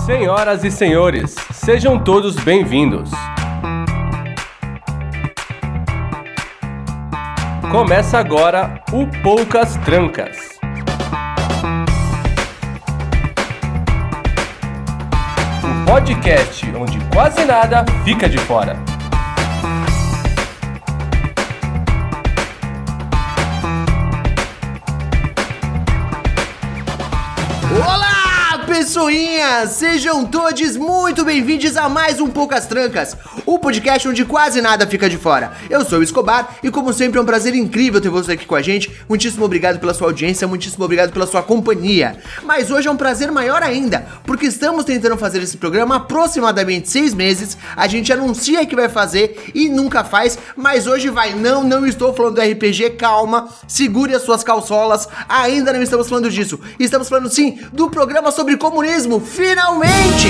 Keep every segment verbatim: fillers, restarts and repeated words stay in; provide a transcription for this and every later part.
Senhoras e senhores, sejam todos bem-vindos. Começa agora o Poucas Trancas. O podcast onde quase nada fica de fora. Olá, pessoinhas! Sejam todos muito bem-vindos a mais um Poucas Trancas, o podcast onde quase nada fica de fora. Eu sou o Escobar e, como sempre, é um prazer incrível ter você aqui com a gente. Muitíssimo obrigado pela sua audiência, muitíssimo obrigado pela sua companhia. Mas hoje é um prazer maior ainda, porque estamos tentando fazer esse programa há aproximadamente seis meses. A gente anuncia que vai fazer e nunca faz, mas hoje vai. Não, não estou falando do R P G, calma, segure as suas calçolas, ainda não estamos falando disso. Estamos falando, sim, do programa sobre comunismo, finalmente!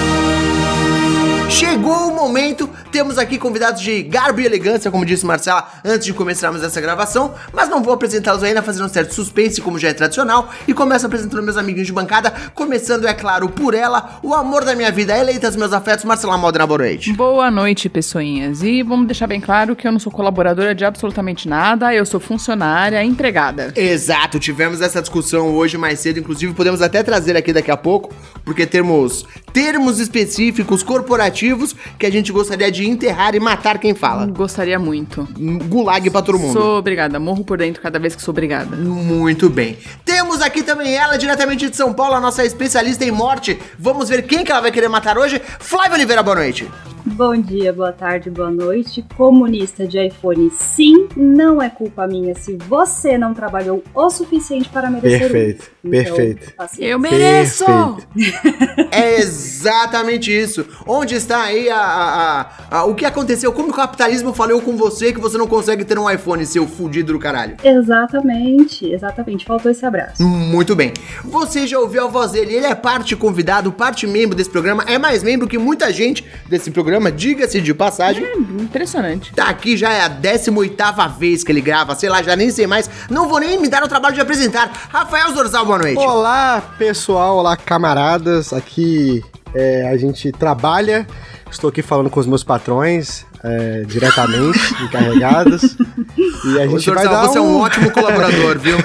Chegou o momento, temos aqui convidados de garbo e elegância, como disse Marcela, antes de começarmos essa gravação, mas não vou apresentá-los ainda, fazendo um certo suspense, como já é tradicional, e começo apresentando meus amiguinhos de bancada, começando, é claro, por ela, o amor da minha vida, eleita dos meus afetos, Marcela Modena, boa noite. Boa noite, pessoinhas, e vamos deixar bem claro que eu não sou colaboradora de absolutamente nada, eu sou funcionária, empregada. Exato, tivemos essa discussão hoje mais cedo, inclusive podemos até trazer aqui daqui a pouco, porque temos termos específicos, corporativos, que a gente gostaria de enterrar e matar quem fala. Gostaria muito. Gulag pra todo mundo. Sou obrigada, morro por dentro cada vez que sou obrigada. Muito bem. Temos aqui também ela, diretamente de São Paulo, a nossa especialista em morte. Vamos ver quem que ela vai querer matar hoje. Flávia Oliveira, boa noite. Bom dia, boa tarde, boa noite. Comunista de iPhone, sim, não é culpa minha se você não trabalhou o suficiente para merecer. Perfeito, um. perfeito. Então, eu mereço! Perfeito. É exatamente isso. Onde está aí a, a, a, a, o que aconteceu? Como o capitalismo falhou com você que você não consegue ter um iPhone, seu fudido do caralho? Exatamente, exatamente. Faltou esse abraço. Muito bem. Você já ouviu a voz dele. Ele é parte convidado, parte membro desse programa. É mais membro que muita gente desse programa. Diga-se de passagem. É, impressionante. Tá aqui já é a décima oitava vez que ele grava, sei lá, já nem sei mais. Não vou nem me dar o trabalho de apresentar. Rafael Zorzal, boa noite. Olá, pessoal, olá, camaradas. Aqui é, a gente trabalha. Estou aqui falando com os meus patrões, é, diretamente, encarregados. E a gente Zorzal, vai dar você um... é um ótimo colaborador, viu?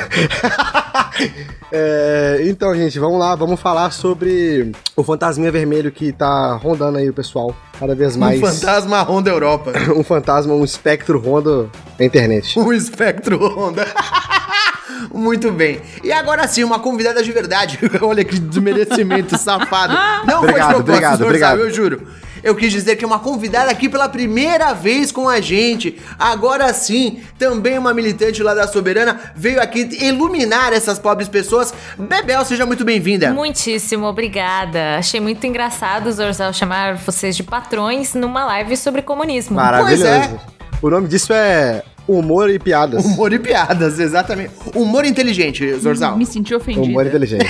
É, então, gente, vamos lá, vamos falar sobre o fantasminha vermelho que tá rondando aí o pessoal, cada vez mais. Um fantasma ronda a Europa. Um fantasma, um espectro ronda a internet. Um espectro ronda. Muito bem. E agora sim, uma convidada de verdade. Olha que desmerecimento safado. Não obrigado, foi de propósito, obrigado, Zorzal, obrigado. eu juro. Eu quis dizer que é uma convidada aqui pela primeira vez com a gente. Agora sim, também uma militante lá da Soberana veio aqui iluminar essas pobres pessoas. Bebel, seja muito bem-vinda. Muitíssimo obrigada. Achei muito engraçado, Zorzal, chamar vocês de patrões numa live sobre comunismo. Maravilhoso. Pois é. O nome disso é humor e piadas. Humor e piadas, exatamente. Humor inteligente, Zorzal. Me senti ofendida. Humor inteligente.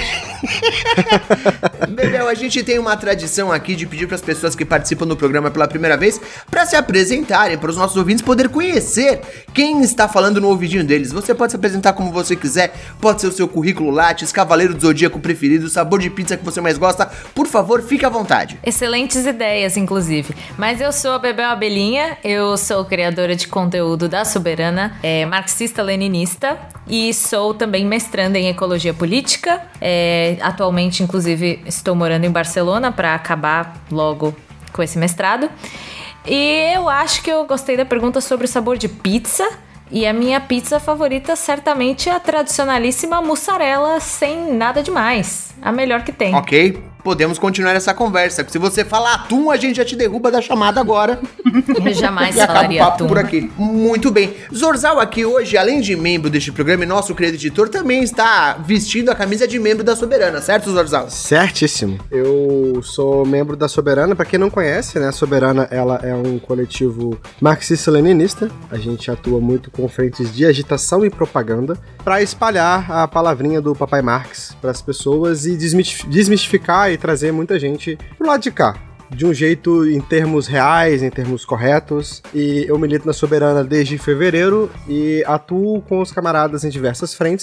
Bebel, a gente tem uma tradição aqui de pedir para as pessoas que participam do programa pela primeira vez para se apresentarem, para os nossos ouvintes poder conhecer quem está falando no ouvidinho deles. Você pode se apresentar como você quiser, pode ser o seu currículo Lattes, cavaleiro do zodíaco preferido, sabor de pizza que você mais gosta. Por favor, fique à vontade. Excelentes ideias, inclusive. Mas eu sou a Bebel Abelhinha, eu sou criadora de conteúdo da Soberana, é, marxista-leninista e sou também mestranda em ecologia política. É, atualmente, inclusive, estou morando em Barcelona para acabar logo com esse mestrado. E eu acho que eu gostei da pergunta sobre o sabor de pizza. E a minha pizza favorita certamente é a tradicionalíssima mussarela sem nada demais. A melhor que tem. Ok, podemos continuar essa conversa. Se você falar atum, a gente já te derruba da chamada agora. Eu jamais e acaba falaria o papo atum. por aqui. Muito bem. Zorzal aqui hoje, além de membro deste programa e nosso querido editor, também está vestindo a camisa de membro da Soberana, certo, Zorzal? Certíssimo. Eu sou membro da Soberana, pra quem não conhece, né? A Soberana, ela é um coletivo marxista-leninista. A gente atua muito com frentes de agitação e propaganda para espalhar a palavrinha do Papai Marx para as pessoas e desmistificar e trazer muita gente pro lado de cá. De um jeito em termos reais, em termos corretos. E eu milito na Soberana desde fevereiro e atuo com os camaradas em diversas frentes,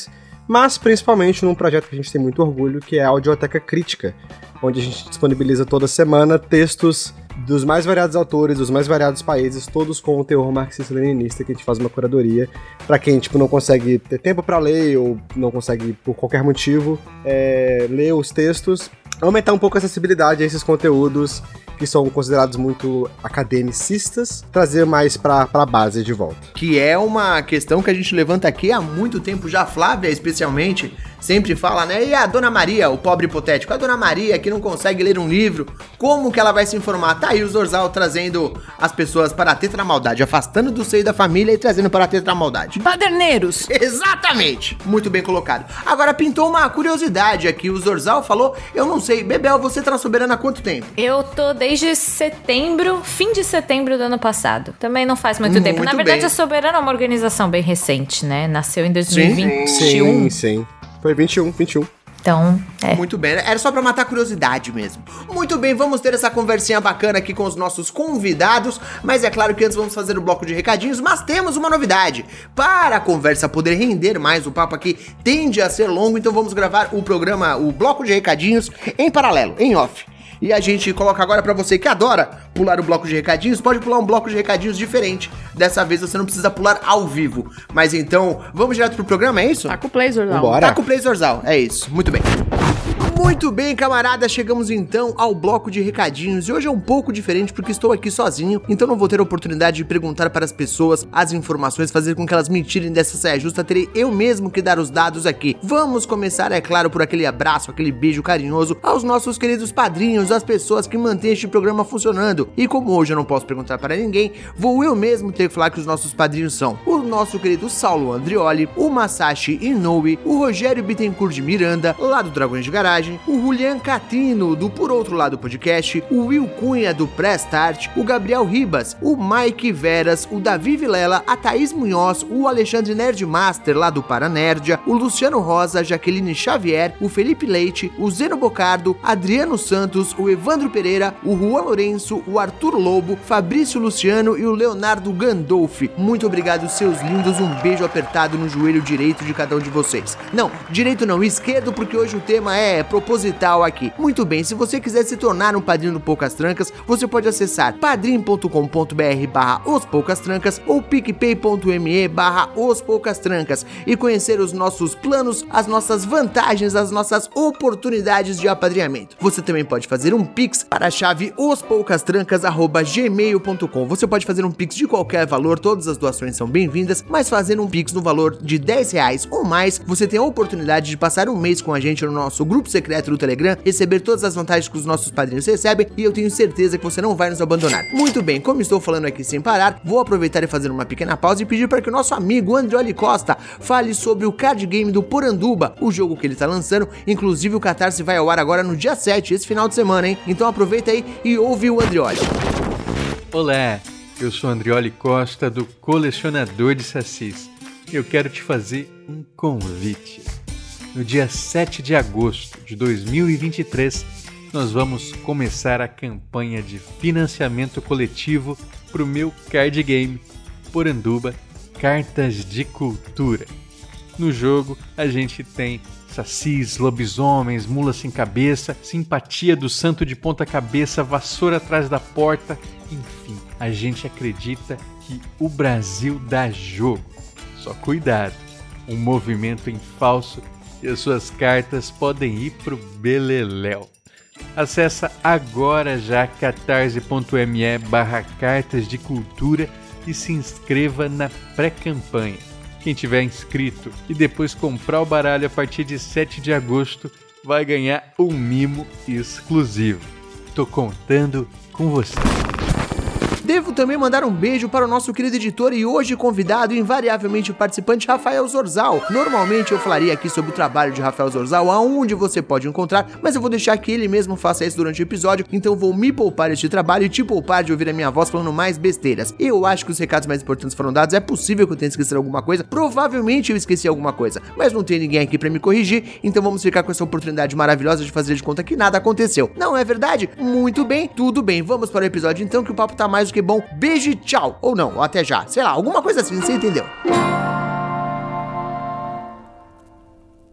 mas principalmente num projeto que a gente tem muito orgulho, que é a Audioteca Crítica, onde a gente disponibiliza toda semana textos dos mais variados autores, dos mais variados países, todos com o teor marxista-leninista, que a gente faz uma curadoria para quem tipo, não consegue ter tempo para ler ou não consegue, por qualquer motivo, é, ler os textos, aumentar um pouco a acessibilidade a esses conteúdos que são considerados muito academicistas, trazer mais pra, pra base de volta. Que é uma questão que a gente levanta aqui há muito tempo já, Flávia especialmente, sempre fala, né? E a Dona Maria, o pobre hipotético, a Dona Maria que não consegue ler um livro, como que ela vai se informar? Tá aí o Zorzal trazendo as pessoas para a tetramaldade, afastando do seio da família e trazendo para a tetramaldade. Baderneiros! Exatamente! Muito bem colocado. Agora pintou uma curiosidade aqui, o Zorzal falou, eu não sei, Bebel, você tá na Soberana há quanto tempo? Eu tô desde setembro, fim de setembro do ano passado. Também não faz muito, muito tempo. Na verdade, bem. A Soberana é uma organização bem recente, né? Nasceu em dois mil e vinte e um. Sim, sim. Foi vinte e um, vinte e um. Então, é. Muito bem, era só pra matar a curiosidade mesmo. Muito bem, vamos ter essa conversinha bacana aqui com os nossos convidados, mas é claro que antes vamos fazer o bloco de recadinhos, mas temos uma novidade. Para a conversa poder render mais, o papo aqui tende a ser longo, então vamos gravar o programa, o bloco de recadinhos em paralelo, em off. E a gente coloca agora pra você que adora pular o bloco de recadinhos, pode pular um bloco de recadinhos diferente. Dessa vez você não precisa pular ao vivo. Mas então, vamos direto pro programa, é isso? Tá com o Play, Zorzal. Bora. Tá com o Play, Zorzal, é isso. Muito bem. Muito bem, camarada, chegamos então ao bloco de recadinhos e hoje é um pouco diferente porque estou aqui sozinho, então não vou ter a oportunidade de perguntar para as pessoas as informações, fazer com que elas me tirem dessa saia justa, terei eu mesmo que dar os dados aqui. Vamos começar, é claro, por aquele abraço, aquele beijo carinhoso aos nossos queridos padrinhos, as pessoas que mantêm este programa funcionando. E como hoje eu não posso perguntar para ninguém, vou eu mesmo ter que falar que os nossos padrinhos são o nosso querido Saulo Andrioli, o Masashi Inoue, o Rogério Bittencourt de Miranda, lá do Dragões de Garagem, o Julian Catino, do Por Outro Lado Podcast, o Will Cunha, do Press Start, o Gabriel Ribas, o Mike Veras, o Davi Vilela, a Thaís Munhoz, o Alexandre Nerdmaster, lá do Paranerdia, o Luciano Rosa, a Jaqueline Xavier, o Felipe Leite, o Zeno Bocardo, Adriano Santos, o Evandro Pereira, o Juan Lourenço, o Arthur Lobo, Fabrício Luciano e o Leonardo Gandolfi. Muito obrigado, seus lindos, um beijo apertado no joelho direito de cada um de vocês. Não, direito não, esquerdo, porque hoje o tema é proposital aqui. Muito bem, se você quiser se tornar um padrinho do Poucas Trancas, você pode acessar padrim ponto com ponto br barra os Poucas Trancas ou picpay ponto me barra os Poucas Trancas e conhecer os nossos planos, as nossas vantagens, as nossas oportunidades de apadrinhamento. Você também pode fazer um Pix para a chave os poucas trancas arroba gmail ponto com. Você pode fazer um Pix de qualquer valor, todas as doações são bem-vindas, mas fazendo um Pix no valor de dez reais ou mais, você tem a oportunidade de passar um mês com a gente no nosso grupo secreto do Telegram, receber todas as vantagens que os nossos padrinhos recebem e eu tenho certeza que você não vai nos abandonar. Muito bem, como estou falando aqui sem parar, vou aproveitar e fazer uma pequena pausa e pedir para que o nosso amigo Andrioli Costa fale sobre o card game do Poranduba, o jogo que ele está lançando, inclusive o Catarse vai ao ar agora no dia sete, esse final de semana, hein? Então aproveita aí e ouve o Andrioli. Olá, eu sou Andrioli Costa do Colecionador de Sacis. Eu quero te fazer um convite. No dia sete de agosto de dois mil e vinte e três, nós vamos começar a campanha de financiamento coletivo para o meu card game Poranduba Cartas de Cultura. No jogo, a gente tem sacis, lobisomens, mula sem cabeça, simpatia do santo de ponta cabeça, vassoura atrás da porta, enfim, a gente acredita que o Brasil dá jogo. Só cuidado, um movimento em falso e as suas cartas podem ir pro beleléu. Acesse agora já catarse ponto me barra cartas de cultura e se inscreva na pré-campanha. Quem tiver inscrito e depois comprar o baralho a partir de sete de agosto vai ganhar um mimo exclusivo. Tô contando com você. Devo também mandar um beijo para o nosso querido editor e hoje convidado e invariavelmente participante Rafael Zorzal. Normalmente eu falaria aqui sobre o trabalho de Rafael Zorzal, aonde você pode encontrar, mas eu vou deixar que ele mesmo faça isso durante o episódio, então vou me poupar este trabalho e te poupar de ouvir a minha voz falando mais besteiras. Eu acho que os recados mais importantes foram dados, é possível que eu tenha esquecido alguma coisa, provavelmente eu esqueci alguma coisa, mas não tem ninguém aqui pra me corrigir, então vamos ficar com essa oportunidade maravilhosa de fazer de conta que nada aconteceu. Não é verdade? Muito bem, tudo bem, vamos para o episódio então que o papo tá mais do que bom. Beijo e tchau, ou não, ou até já, sei lá, alguma coisa assim, você entendeu?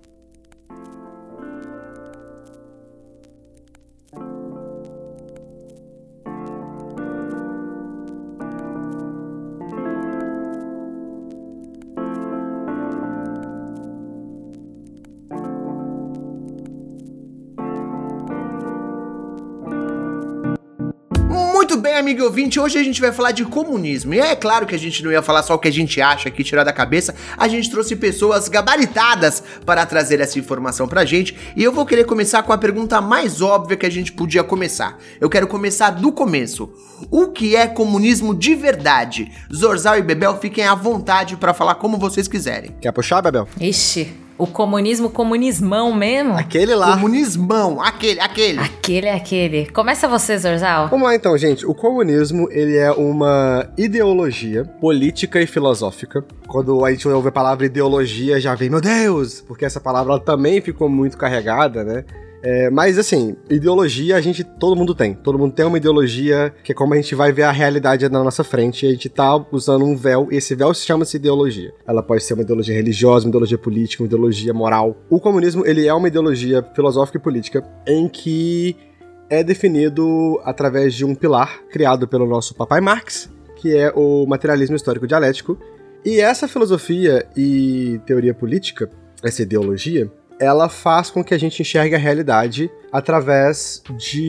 bem, amigo ouvinte? Hoje a gente vai falar de comunismo. E é claro que a gente não ia falar só o que a gente acha aqui, tirar da cabeça. A gente trouxe pessoas gabaritadas para trazer essa informação pra gente. E eu vou querer começar com a pergunta mais óbvia que a gente podia começar. Eu quero começar do começo. O que é comunismo de verdade? Zorzal e Bebel, fiquem à vontade para falar como vocês quiserem. Quer puxar, Bebel? Ixi, o comunismo, comunismão mesmo? Aquele lá. Comunismão, aquele, aquele. Aquele é aquele. Começa você, Zorzal. Vamos lá então, gente. O comunismo, ele é uma ideologia política e filosófica. Quando a gente ouve a palavra ideologia, já vem, meu Deus, porque essa palavra ela também ficou muito carregada, né? É, mas assim, ideologia a gente, todo mundo tem. Todo mundo tem uma ideologia que é como a gente vai ver a realidade na nossa frente. E a gente tá usando um véu, e esse véu se chama-se ideologia. Ela pode ser uma ideologia religiosa, uma ideologia política, uma ideologia moral. O comunismo, ele é uma ideologia filosófica e política em que é definido através de um pilar criado pelo nosso papai Marx, que é o materialismo histórico dialético. E essa filosofia e teoria política, essa ideologia, ela faz com que a gente enxergue a realidade através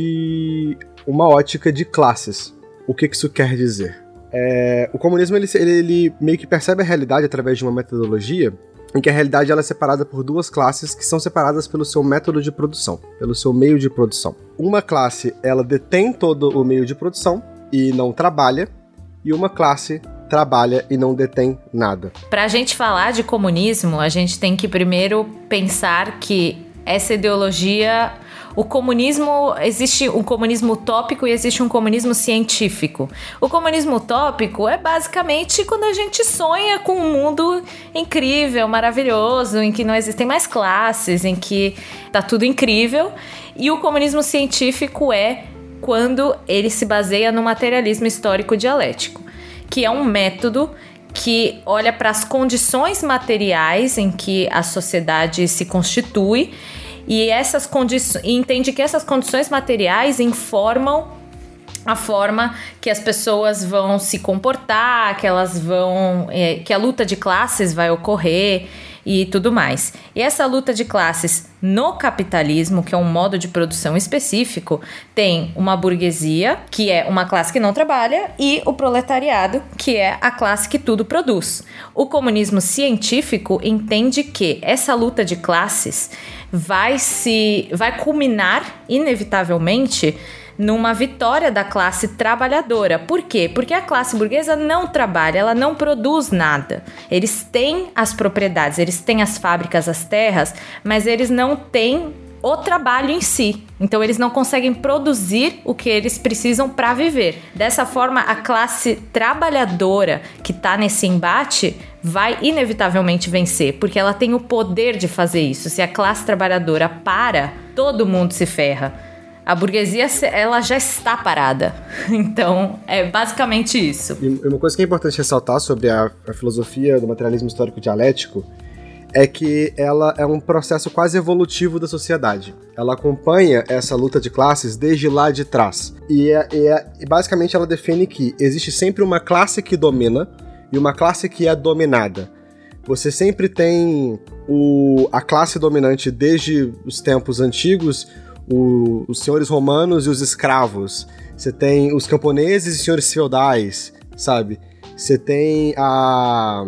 de uma ótica de classes. O que isso quer dizer? É, o comunismo ele, ele, ele meio que percebe a realidade através de uma metodologia em que a realidade ela é separada por duas classes que são separadas pelo seu método de produção, pelo seu meio de produção. Uma classe ela detém todo o meio de produção e não trabalha, e uma classe trabalha e não detém nada. Pra gente falar de comunismo, a gente tem que primeiro pensar que essa ideologia... O comunismo, existe um comunismo utópico e existe um comunismo científico. O comunismo utópico é basicamente quando a gente sonha com um mundo incrível, maravilhoso, em que não existem mais classes, em que tá tudo incrível. E o comunismo científico é quando ele se baseia no materialismo histórico dialético, que é um método que olha para as condições materiais em que a sociedade se constitui e essas condições, e entende que essas condições materiais informam a forma que as pessoas vão se comportar, que elas vão, é, que a luta de classes vai ocorrer e tudo mais. E essa luta de classes no capitalismo, que é um modo de produção específico, tem uma burguesia, que é uma classe que não trabalha, e o proletariado, que é a classe que tudo produz. O comunismo científico entende que essa luta de classes vai se vai culminar inevitavelmente numa vitória da classe trabalhadora. Por quê? Porque a classe burguesa não trabalha, ela não produz nada. Eles têm as propriedades, eles têm as fábricas, as terras, mas eles não têm o trabalho em si. Então eles não conseguem produzir o que eles precisam para viver. Dessa forma, a classe trabalhadora que está nesse embate vai inevitavelmente vencer, porque ela tem o poder de fazer isso. Se a classe trabalhadora para, todo mundo se ferra. A burguesia, ela já está parada. Então, é basicamente isso. E uma coisa que é importante ressaltar sobre a, a filosofia do materialismo histórico dialético é que ela é um processo quase evolutivo da sociedade. Ela acompanha essa luta de classes desde lá de trás. E, é, é, e basicamente ela define que existe sempre uma classe que domina e uma classe que é dominada. Você sempre tem o, a classe dominante desde os tempos antigos, O, os senhores romanos e os escravos. Você tem os camponeses e senhores feudais, sabe? Você tem a,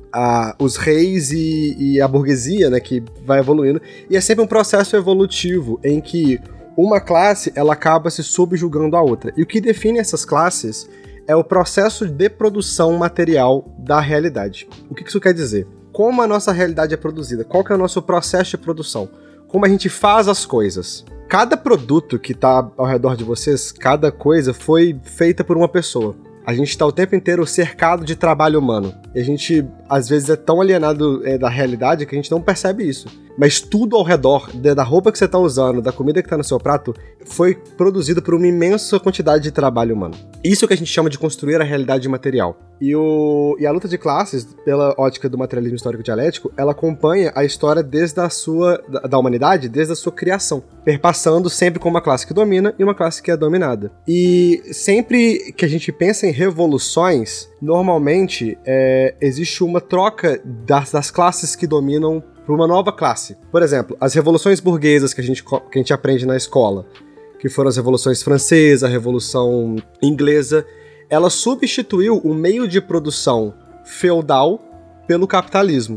a, os reis e, e a burguesia, né, que vai evoluindo. E é sempre um processo evolutivo em que uma classe ela acaba se subjugando à outra. E o que define essas classes é o processo de produção material da realidade. O que isso quer dizer? Como a nossa realidade é produzida? Qual que é o nosso processo de produção? Como a gente faz as coisas? Cada produto que está ao redor de vocês, cada coisa foi feita por uma pessoa. A gente está o tempo inteiro cercado de trabalho humano. E a gente, às vezes, é tão alienado é, da realidade que a gente não percebe isso. Mas tudo ao redor, da roupa que você está usando, da comida que está no seu prato, foi produzido por uma imensa quantidade de trabalho humano. Isso que a gente chama de construir a realidade material. E, o, e a luta de classes, pela ótica do materialismo histórico dialético, ela acompanha a história desde a sua, da, da humanidade, desde a sua criação, perpassando sempre com uma classe que domina e uma classe que é dominada. E sempre que a gente pensa em revoluções, normalmente é, existe uma troca das, das classes que dominam para uma nova classe. Por exemplo, as revoluções burguesas que a gente, que a gente aprende na escola, que foram as revoluções francesa, a revolução inglesa, ela substituiu o meio de produção feudal pelo capitalismo.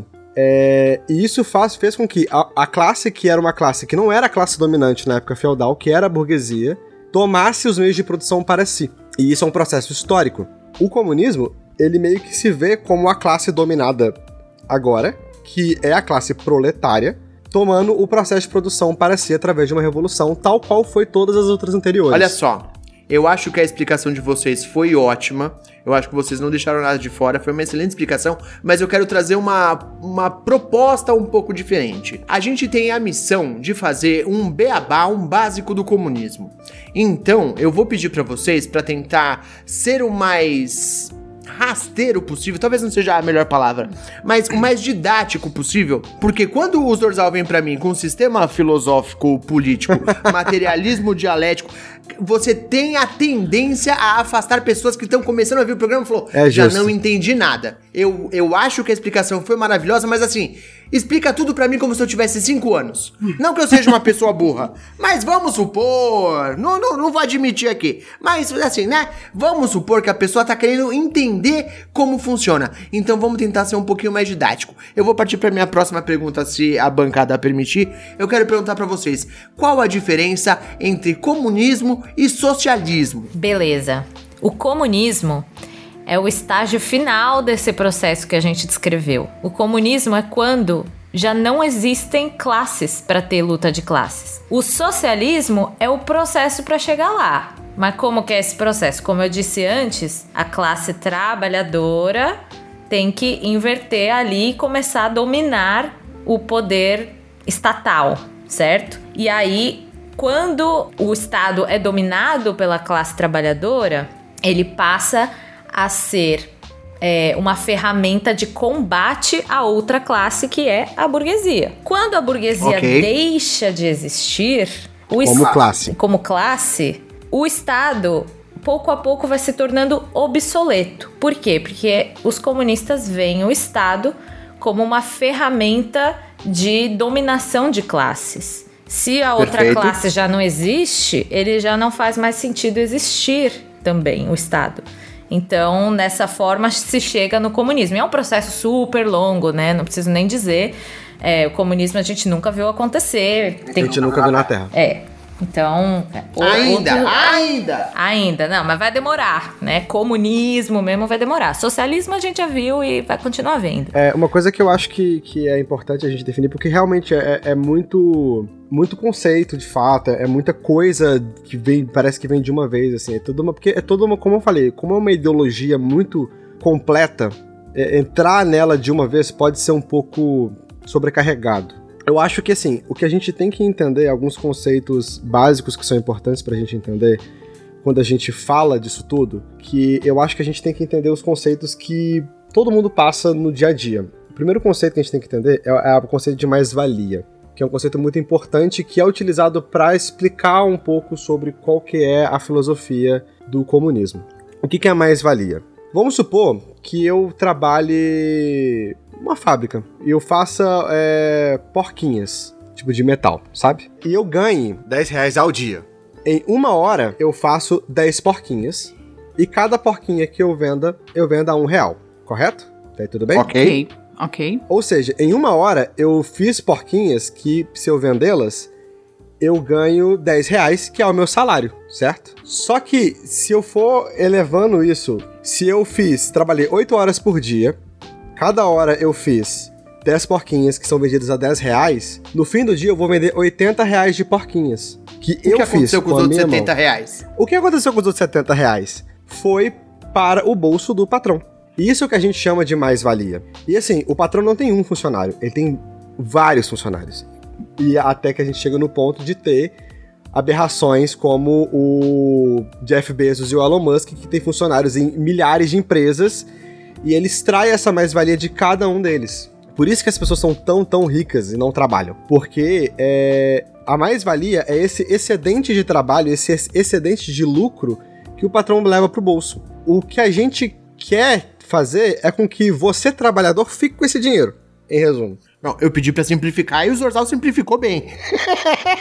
É, e isso faz, fez com que a, a classe que era uma classe que não era a classe dominante na época feudal, que era a burguesia, tomasse os meios de produção para si. E isso é um processo histórico. O comunismo, ele meio que se vê como a classe dominada agora, que é a classe proletária, tomando o processo de produção para si através de uma revolução, tal qual foi todas as outras anteriores. Olha só, eu acho que a explicação de vocês foi ótima, eu acho que vocês não deixaram nada de fora, foi uma excelente explicação, mas eu quero trazer uma, uma proposta um pouco diferente. A gente tem a missão de fazer um beabá, um básico do comunismo. Então, eu vou pedir para vocês para tentar ser o mais rasteiro possível, talvez não seja a melhor palavra, mas o mais didático possível, porque quando o Zorzal vem pra mim com um sistema filosófico, político, materialismo dialético, você tem a tendência a afastar pessoas que estão começando a ver o programa e falou, é já justo. Não entendi nada. Eu, eu acho que a explicação foi maravilhosa, mas assim, explica tudo pra mim como se eu tivesse cinco anos. Não que eu seja uma pessoa burra, mas vamos supor, não, não, não vou admitir aqui, mas assim, né, vamos supor que a pessoa tá querendo entender como funciona. Então vamos tentar ser um pouquinho mais didático. Eu vou partir pra minha próxima pergunta, se a bancada permitir. Eu quero perguntar pra vocês, qual a diferença entre comunismo e socialismo? Beleza. O comunismo é o estágio final desse processo que a gente descreveu. O comunismo é quando já não existem classes para ter luta de classes. O socialismo é o processo para chegar lá. Mas como que é esse processo? Como eu disse antes, a classe trabalhadora tem que inverter ali e começar a dominar o poder estatal, certo? E aí, quando o Estado é dominado pela classe trabalhadora, ele passa a ser é, uma ferramenta de combate a outra classe, que é a burguesia. Quando a burguesia Okay. deixa de existir, o Como est- classe. como classe, o Estado, pouco a pouco, vai se tornando obsoleto. Por quê? Porque os comunistas veem o Estado como uma ferramenta de dominação de classes. Se a outra Perfeito. classe já não existe, ele já não faz mais sentido existir também, o Estado. Então, nessa forma, se chega no comunismo. E é um processo super longo, né? Não preciso nem dizer. É, o comunismo a gente nunca viu acontecer. A Tem... gente nunca viu na Terra. É. Então... o- Ainda, outro- ainda! Ainda, não, mas vai demorar, né? Comunismo mesmo vai demorar. Socialismo a gente já viu e vai continuar vendo. É, uma coisa que eu acho que, que é importante a gente definir, porque realmente é, é muito, muito conceito, de fato, é muita coisa que vem, parece que vem de uma vez, assim, é toda uma, porque é toda uma, como eu falei, como é uma ideologia muito completa, é, entrar nela de uma vez pode ser um pouco sobrecarregado. Eu acho que, assim, o que a gente tem que entender, alguns conceitos básicos que são importantes pra gente entender quando a gente fala disso tudo, que eu acho que a gente tem que entender os conceitos que todo mundo passa no dia a dia. O primeiro conceito que a gente tem que entender é, é o conceito de mais-valia, que é um conceito muito importante que é utilizado para explicar um pouco sobre qual que é a filosofia do comunismo. O que que é a mais-valia? Vamos supor que eu trabalhe numa fábrica e eu faça é, porquinhas, tipo de metal, sabe? E eu ganhe dez reais ao dia. Em uma hora eu faço dez porquinhas e cada porquinha que eu venda, eu vendo a um real, correto? Tá aí tudo bem? Ok. Ok, ok. Ou seja, em uma hora eu fiz porquinhas que, se eu vendê-las, eu ganho dez reais, que é o meu salário, certo? Só que, se eu for elevando isso, se eu fiz, trabalhei oito horas por dia, cada hora eu fiz dez porquinhas que são vendidas a dez reais, no fim do dia eu vou vender oitenta reais de porquinhas. Que O eu que fiz aconteceu com os a outros minha setenta mão. reais? O que aconteceu com os outros setenta reais? Foi para o bolso do patrão. Isso é o que a gente chama de mais-valia. E assim, o patrão não tem um funcionário, ele tem vários funcionários. E até que a gente chega no ponto de ter aberrações como o Jeff Bezos e o Elon Musk, que tem funcionários em milhares de empresas, e ele extrai essa mais-valia de cada um deles. Por isso que as pessoas são tão, tão ricas e não trabalham. Porque é, a mais-valia é esse excedente de trabalho, esse excedente de lucro que o patrão leva pro bolso. O que a gente quer fazer é com que você, trabalhador, fique com esse dinheiro, em resumo. Não, eu pedi pra simplificar e o Zorzal simplificou bem.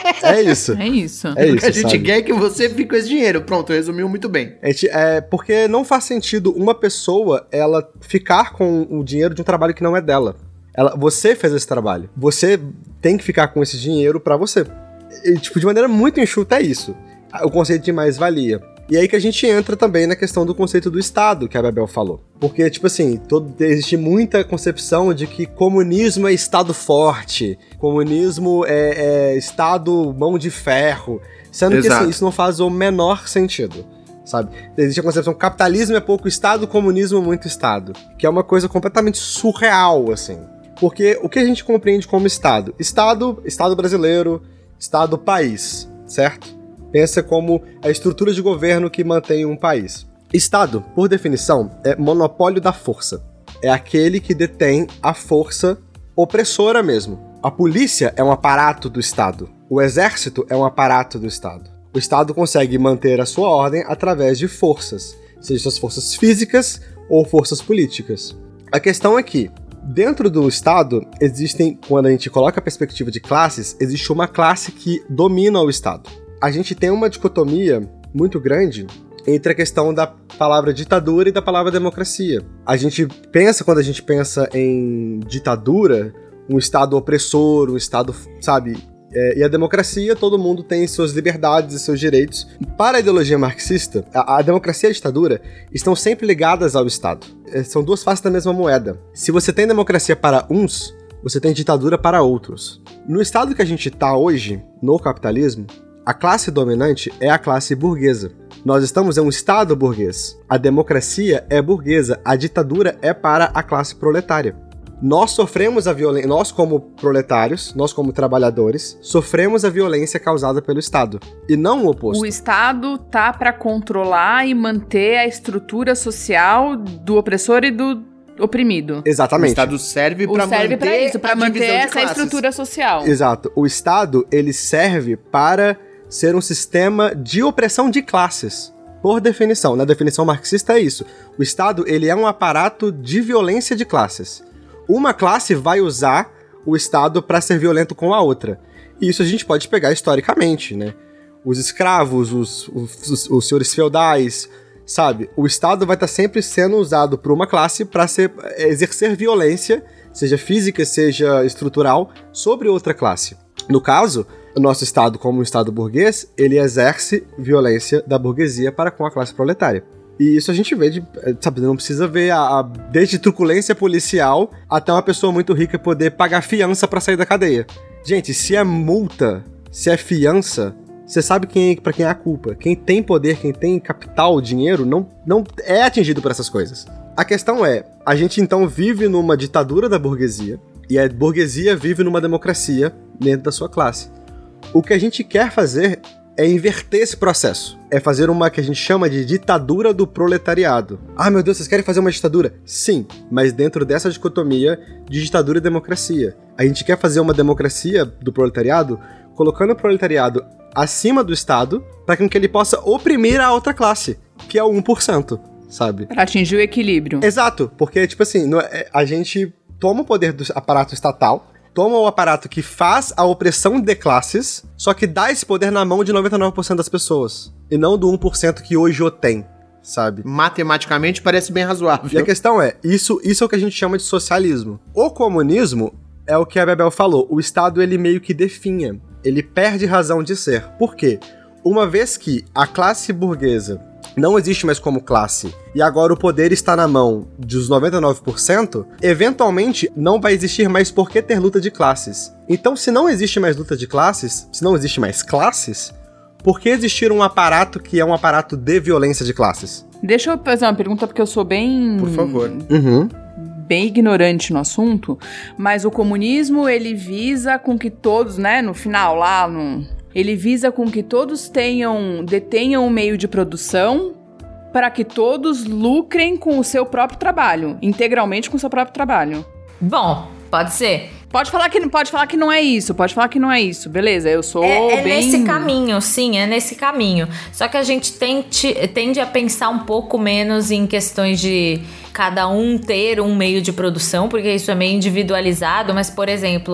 É isso. É isso. É O isso, que a gente sabe? quer é que você fique com esse dinheiro. Pronto, resumiu muito bem. A gente- É porque não faz sentido uma pessoa ela ficar com o dinheiro de um trabalho que não é dela. Ela, você fez esse trabalho. Você tem que ficar com esse dinheiro pra você. E, tipo, de maneira muito enxuta é isso. O conceito de mais-valia. E aí que a gente entra também na questão do conceito do Estado, que a Bebel falou. Porque, tipo assim, todo, existe muita concepção de que comunismo é Estado forte, comunismo é, é Estado mão de ferro, sendo que Exato. assim, isso não faz o menor sentido, sabe? Existe a concepção capitalismo é pouco Estado, comunismo é muito Estado, que é uma coisa completamente surreal, assim. Porque o que a gente compreende como Estado? Estado, Estado brasileiro, Estado país, certo? Pensa como a estrutura de governo que mantém um país. Estado, por definição, é monopólio da força. É aquele que detém a força opressora mesmo. A polícia é um aparato do Estado. O exército é um aparato do Estado. O Estado consegue manter a sua ordem através de forças, seja suas forças físicas ou forças políticas. A questão é que, dentro do Estado, existem, quando a gente coloca a perspectiva de classes, existe uma classe que domina o Estado. A gente tem uma dicotomia muito grande entre a questão da palavra ditadura e da palavra democracia. A gente pensa, quando a gente pensa em ditadura, um Estado opressor, um Estado, sabe... É, e a democracia, todo mundo tem suas liberdades e seus direitos. Para a ideologia marxista, a, a democracia e a ditadura estão sempre ligadas ao Estado. É, são duas faces da mesma moeda. Se você tem democracia para uns, você tem ditadura para outros. No estado que a gente está hoje, no capitalismo, a classe dominante é a classe burguesa. Nós estamos em um estado burguês. A democracia é burguesa, a ditadura é para a classe proletária. Nós sofremos a violência, nós como proletários, nós como trabalhadores, sofremos a violência causada pelo Estado, e não o oposto. O Estado tá pra controlar e manter a estrutura social do opressor e do oprimido. Exatamente. O Estado serve O pra serve manter pra isso, pra a manter divisão de essa classes. estrutura social. Exato. O Estado, ele serve para ser um sistema de opressão de classes. Por definição, na definição marxista é isso. O Estado, ele é um aparato de violência de classes. Uma classe vai usar o Estado para ser violento com a outra. E isso a gente pode pegar historicamente, né? Os escravos, os, os, os, os senhores feudais, sabe? O Estado vai estar sempre sendo usado por uma classe para exercer violência, seja física, seja estrutural, sobre outra classe. No caso, o nosso Estado, como um Estado burguês, ele exerce violência da burguesia para com a classe proletária. E isso a gente vê, de, sabe, não precisa ver a, a, desde truculência policial até uma pessoa muito rica poder pagar fiança pra sair da cadeia. Gente, se é multa, se é fiança, você sabe quem, pra quem é a culpa. Quem tem poder, quem tem capital, dinheiro, não, não é atingido por essas coisas. A questão é, a gente então vive numa ditadura da burguesia, e a burguesia vive numa democracia dentro da sua classe. O que a gente quer fazer é inverter esse processo. É fazer uma que a gente chama de ditadura do proletariado. Ah, meu Deus, vocês querem fazer uma ditadura? Sim, mas dentro dessa dicotomia de ditadura e democracia. A gente quer fazer uma democracia do proletariado colocando o proletariado acima do Estado para que ele possa oprimir a outra classe, que é o um por cento, sabe? Pra atingir o equilíbrio. Exato, porque, tipo assim, não é- a gente toma o poder do aparato estatal, toma o aparato que faz a opressão de classes, só que dá esse poder na mão de noventa e nove por cento das pessoas. E não do um por cento que hoje o tem, sabe? Matematicamente parece bem E a razoável. questão é, isso, isso é o que a gente chama de socialismo. O comunismo é o que a Bebel falou, o Estado ele meio que definha, ele perde razão de ser. Por quê? Uma vez que a classe burguesa não existe mais como classe, e agora o poder está na mão dos noventa e nove por cento, eventualmente não vai existir mais por que ter luta de classes. Então, se não existe mais luta de classes, se não existe mais classes, por que existir um aparato que é um aparato de violência de classes? Deixa eu fazer uma pergunta, porque eu sou bem... Por favor. Uhum. bem ignorante no assunto, mas o comunismo, ele visa com que todos, né, no final lá, no, ele visa com que todos tenham, detenham um meio de produção para que todos lucrem com o seu próprio trabalho, integralmente com o seu próprio trabalho. Bom, pode ser. Pode falar que, pode falar que não é isso, pode falar que não é isso, beleza, eu sou É, é bem... nesse caminho, sim, é nesse caminho. Só que a gente tente, tende a pensar um pouco menos em questões de cada um ter um meio de produção, porque isso é meio individualizado, mas, por exemplo,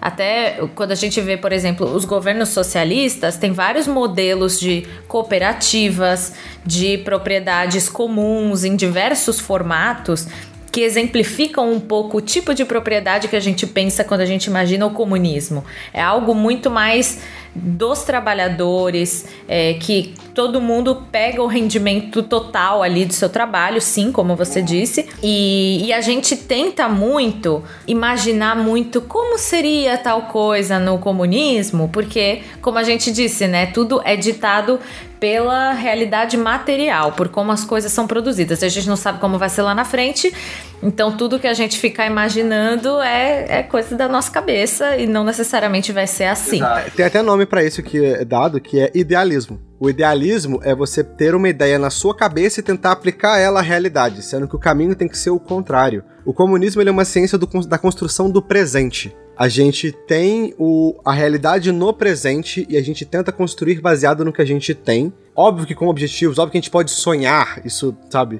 Até quando a gente vê, por exemplo, os governos socialistas, tem vários modelos de cooperativas, de propriedades comuns em diversos formatos, que exemplificam um pouco o tipo de propriedade que a gente pensa quando a gente imagina o comunismo. É algo muito mais dos trabalhadores, é, que todo mundo pega o rendimento total ali do seu trabalho, sim, como você disse, e, e a gente tenta muito imaginar muito como seria tal coisa no comunismo, porque, como a gente disse, né, tudo é ditado pela realidade material, por como as coisas são produzidas. A gente não sabe como vai ser lá na frente, então tudo que a gente ficar imaginando é, é coisa da nossa cabeça e não necessariamente vai ser assim. Exato. Tem até nome pra isso que é dado, que é idealismo. O idealismo é você ter uma ideia na sua cabeça e tentar aplicar ela à realidade, sendo que o caminho tem que ser o contrário. O comunismo ele é uma ciência do, da construção do presente. A gente tem o, a realidade no presente e a gente tenta construir baseado no que a gente tem. Óbvio que com objetivos, óbvio que a gente pode sonhar, isso, sabe?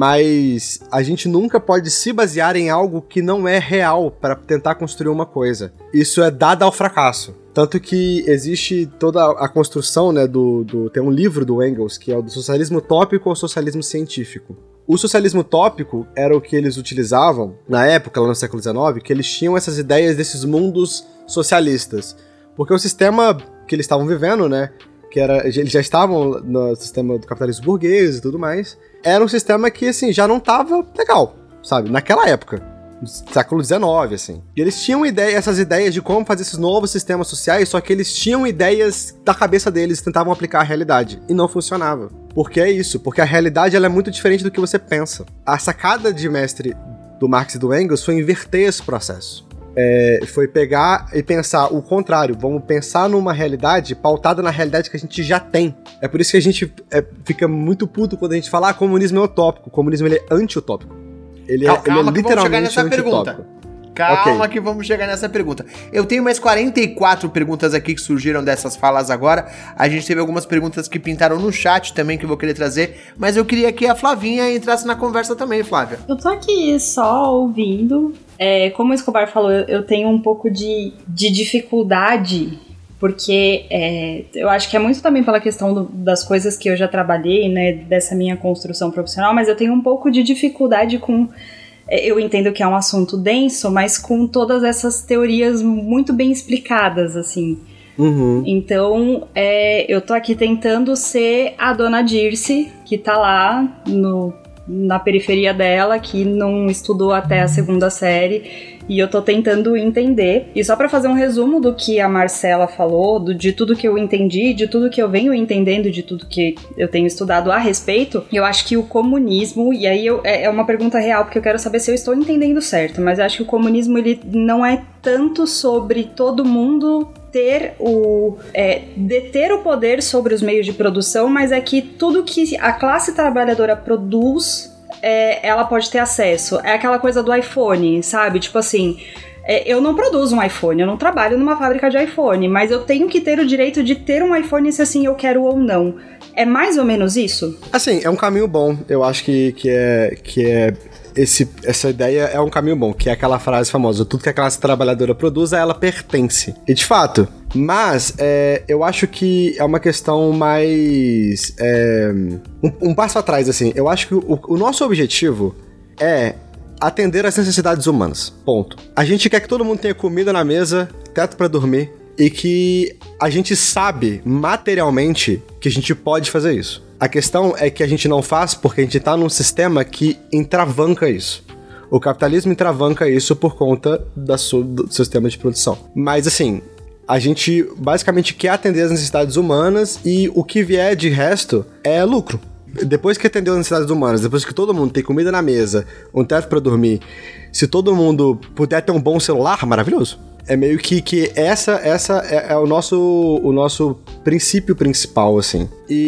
Mas a gente nunca pode se basear em algo que não é real para tentar construir uma coisa. Isso é dado ao fracasso. Tanto que existe toda a construção, né, do, do... Tem um livro do Engels, que é o do socialismo utópico ao socialismo científico. O socialismo utópico era o que eles utilizavam, na época, lá no século dezenove, que eles tinham essas ideias desses mundos socialistas. Porque o sistema que eles estavam vivendo, né, que era... Eles já estavam no sistema do capitalismo burguês e tudo mais, era um sistema que, assim, já não tava legal, sabe? Naquela época. Século dezenove, assim. E eles tinham ideia, essas ideias de como fazer esses novos sistemas sociais, só que eles tinham ideias da cabeça deles e tentavam aplicar a realidade. E não funcionava. Por que é isso? Porque a realidade ela é muito diferente do que você pensa. A sacada de mestre do Marx e do Engels foi inverter esse processo. É, foi pegar e pensar o contrário. Vamos pensar numa realidade pautada na realidade que a gente já tem. É por isso que a gente é, fica muito puto quando a gente fala ah, comunismo é utópico. O comunismo ele é anti-utópico. Ele calma, é, ele é que vamos chegar nessa pergunta. Utópico. Calma Okay. que vamos chegar nessa pergunta. Eu tenho mais quarenta e quatro perguntas aqui que surgiram dessas falas agora. A gente teve algumas perguntas que pintaram no chat também que eu vou querer trazer, mas eu queria que a Flavinha entrasse na conversa também, Flávia. Eu tô aqui só ouvindo. É, como o Escobar falou, eu, eu tenho um pouco de, de dificuldade, porque é, eu acho que é muito também pela questão do, das coisas que eu já trabalhei, né, dessa minha construção profissional, mas eu tenho um pouco de dificuldade com... Eu entendo que é um assunto denso, mas com todas essas teorias muito bem explicadas, assim. Uhum. Então, é, eu tô aqui tentando ser a dona Dirce, que tá lá no, na periferia dela, que não estudou até a segunda série, e eu tô tentando entender. E só pra fazer um resumo do que a Marcela falou, do, de tudo que eu entendi, de tudo que eu venho entendendo, de tudo que eu tenho estudado a respeito, eu acho que o comunismo, e aí eu, é, é uma pergunta real, porque eu quero saber se eu estou entendendo certo, mas eu acho que o comunismo ele não é tanto sobre todo mundo ter o é, deter o poder sobre os meios de produção, mas é que tudo que a classe trabalhadora produz, é, ela pode ter acesso. É aquela coisa do iPhone, sabe? Tipo assim, é, eu não produzo um iPhone, eu não trabalho numa fábrica de iPhone, mas eu tenho que ter o direito de ter um iPhone se assim eu quero ou não. É mais ou menos isso? Assim, é um caminho bom. Eu acho que, que é... Que é... Esse, essa ideia é um caminho bom, que é aquela frase famosa, tudo que a classe trabalhadora produz, a ela pertence. E de fato, mas é, eu acho que é uma questão mais... É, um, um passo atrás, assim. Eu acho que o, o nosso objetivo é atender às necessidades humanas. Ponto. A gente quer que todo mundo tenha comida na mesa, teto pra dormir, e que a gente sabe materialmente que a gente pode fazer isso. A questão é que a gente não faz porque a gente tá num sistema que entravanca isso. O capitalismo entravanca isso por conta da sua, do sistema de produção. Mas assim, a gente basicamente quer atender as necessidades humanas e o que vier de resto é lucro. Depois que atendeu as necessidades humanas, depois que todo mundo tem comida na mesa, um teto pra dormir, se todo mundo puder ter um bom celular, maravilhoso. É meio que, que essa, essa é, é o, nosso, o nosso princípio principal, assim.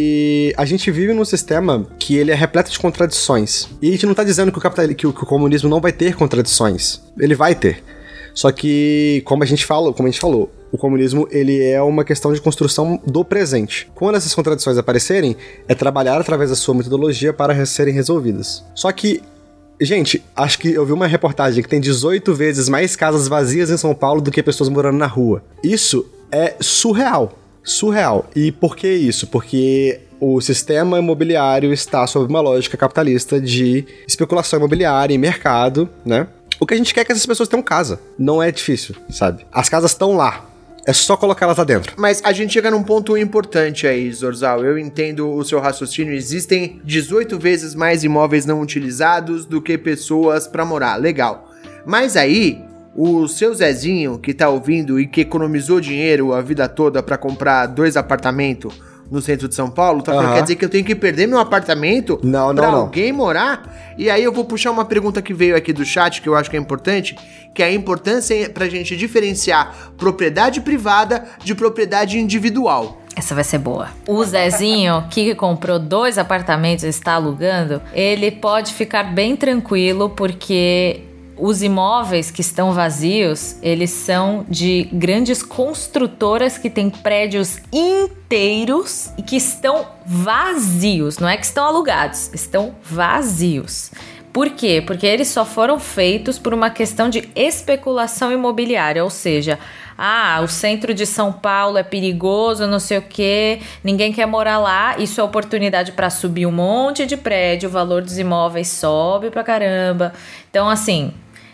E a gente vive num sistema que ele é repleto de contradições. E a gente não tá dizendo que o, capital, que o, que o comunismo não vai ter contradições. Ele vai ter. Só que, como a gente fala, como a gente falou, o comunismo ele é uma questão de construção do presente. Quando essas contradições aparecerem, é trabalhar através da sua metodologia para serem resolvidas. Só que Gente, acho que eu vi uma reportagem que tem dezoito vezes mais casas vazias em São Paulo do que pessoas morando na rua. Isso é surreal. Surreal. E por que isso? Porque o sistema imobiliário está sob uma lógica capitalista de especulação imobiliária e mercado, né? O que a gente quer é que essas pessoas tenham casa. Não é difícil, sabe? As casas estão lá. É só colocar elas lá dentro. Mas a gente chega num ponto importante aí, Zorzal. Eu entendo o seu raciocínio. Existem dezoito vezes mais imóveis não utilizados do que pessoas pra morar. Legal. Mas aí, o seu Zezinho, que tá ouvindo e que economizou dinheiro a vida toda pra comprar dois apartamentos no centro de São Paulo, tá falando, Aham. quer dizer que eu tenho que perder meu apartamento Não, não, pra não. alguém morar? E aí eu vou puxar uma pergunta que veio aqui do chat, que eu acho que é importante, que é a importância pra gente diferenciar propriedade privada de propriedade individual. Essa vai ser boa. O Zezinho, que comprou dois apartamentos e está alugando, ele pode ficar bem tranquilo, porque os imóveis que estão vazios, eles são de grandes construtoras que têm prédios inteiros e que estão vazios. Não é que estão alugados, estão vazios. Por quê? Porque eles só foram feitos por uma questão de especulação imobiliária, ou seja, ah, o centro de São Paulo é perigoso, não sei o quê, ninguém quer morar lá, isso é oportunidade para subir um monte de prédio, o valor dos imóveis sobe pra caramba. Então, assim,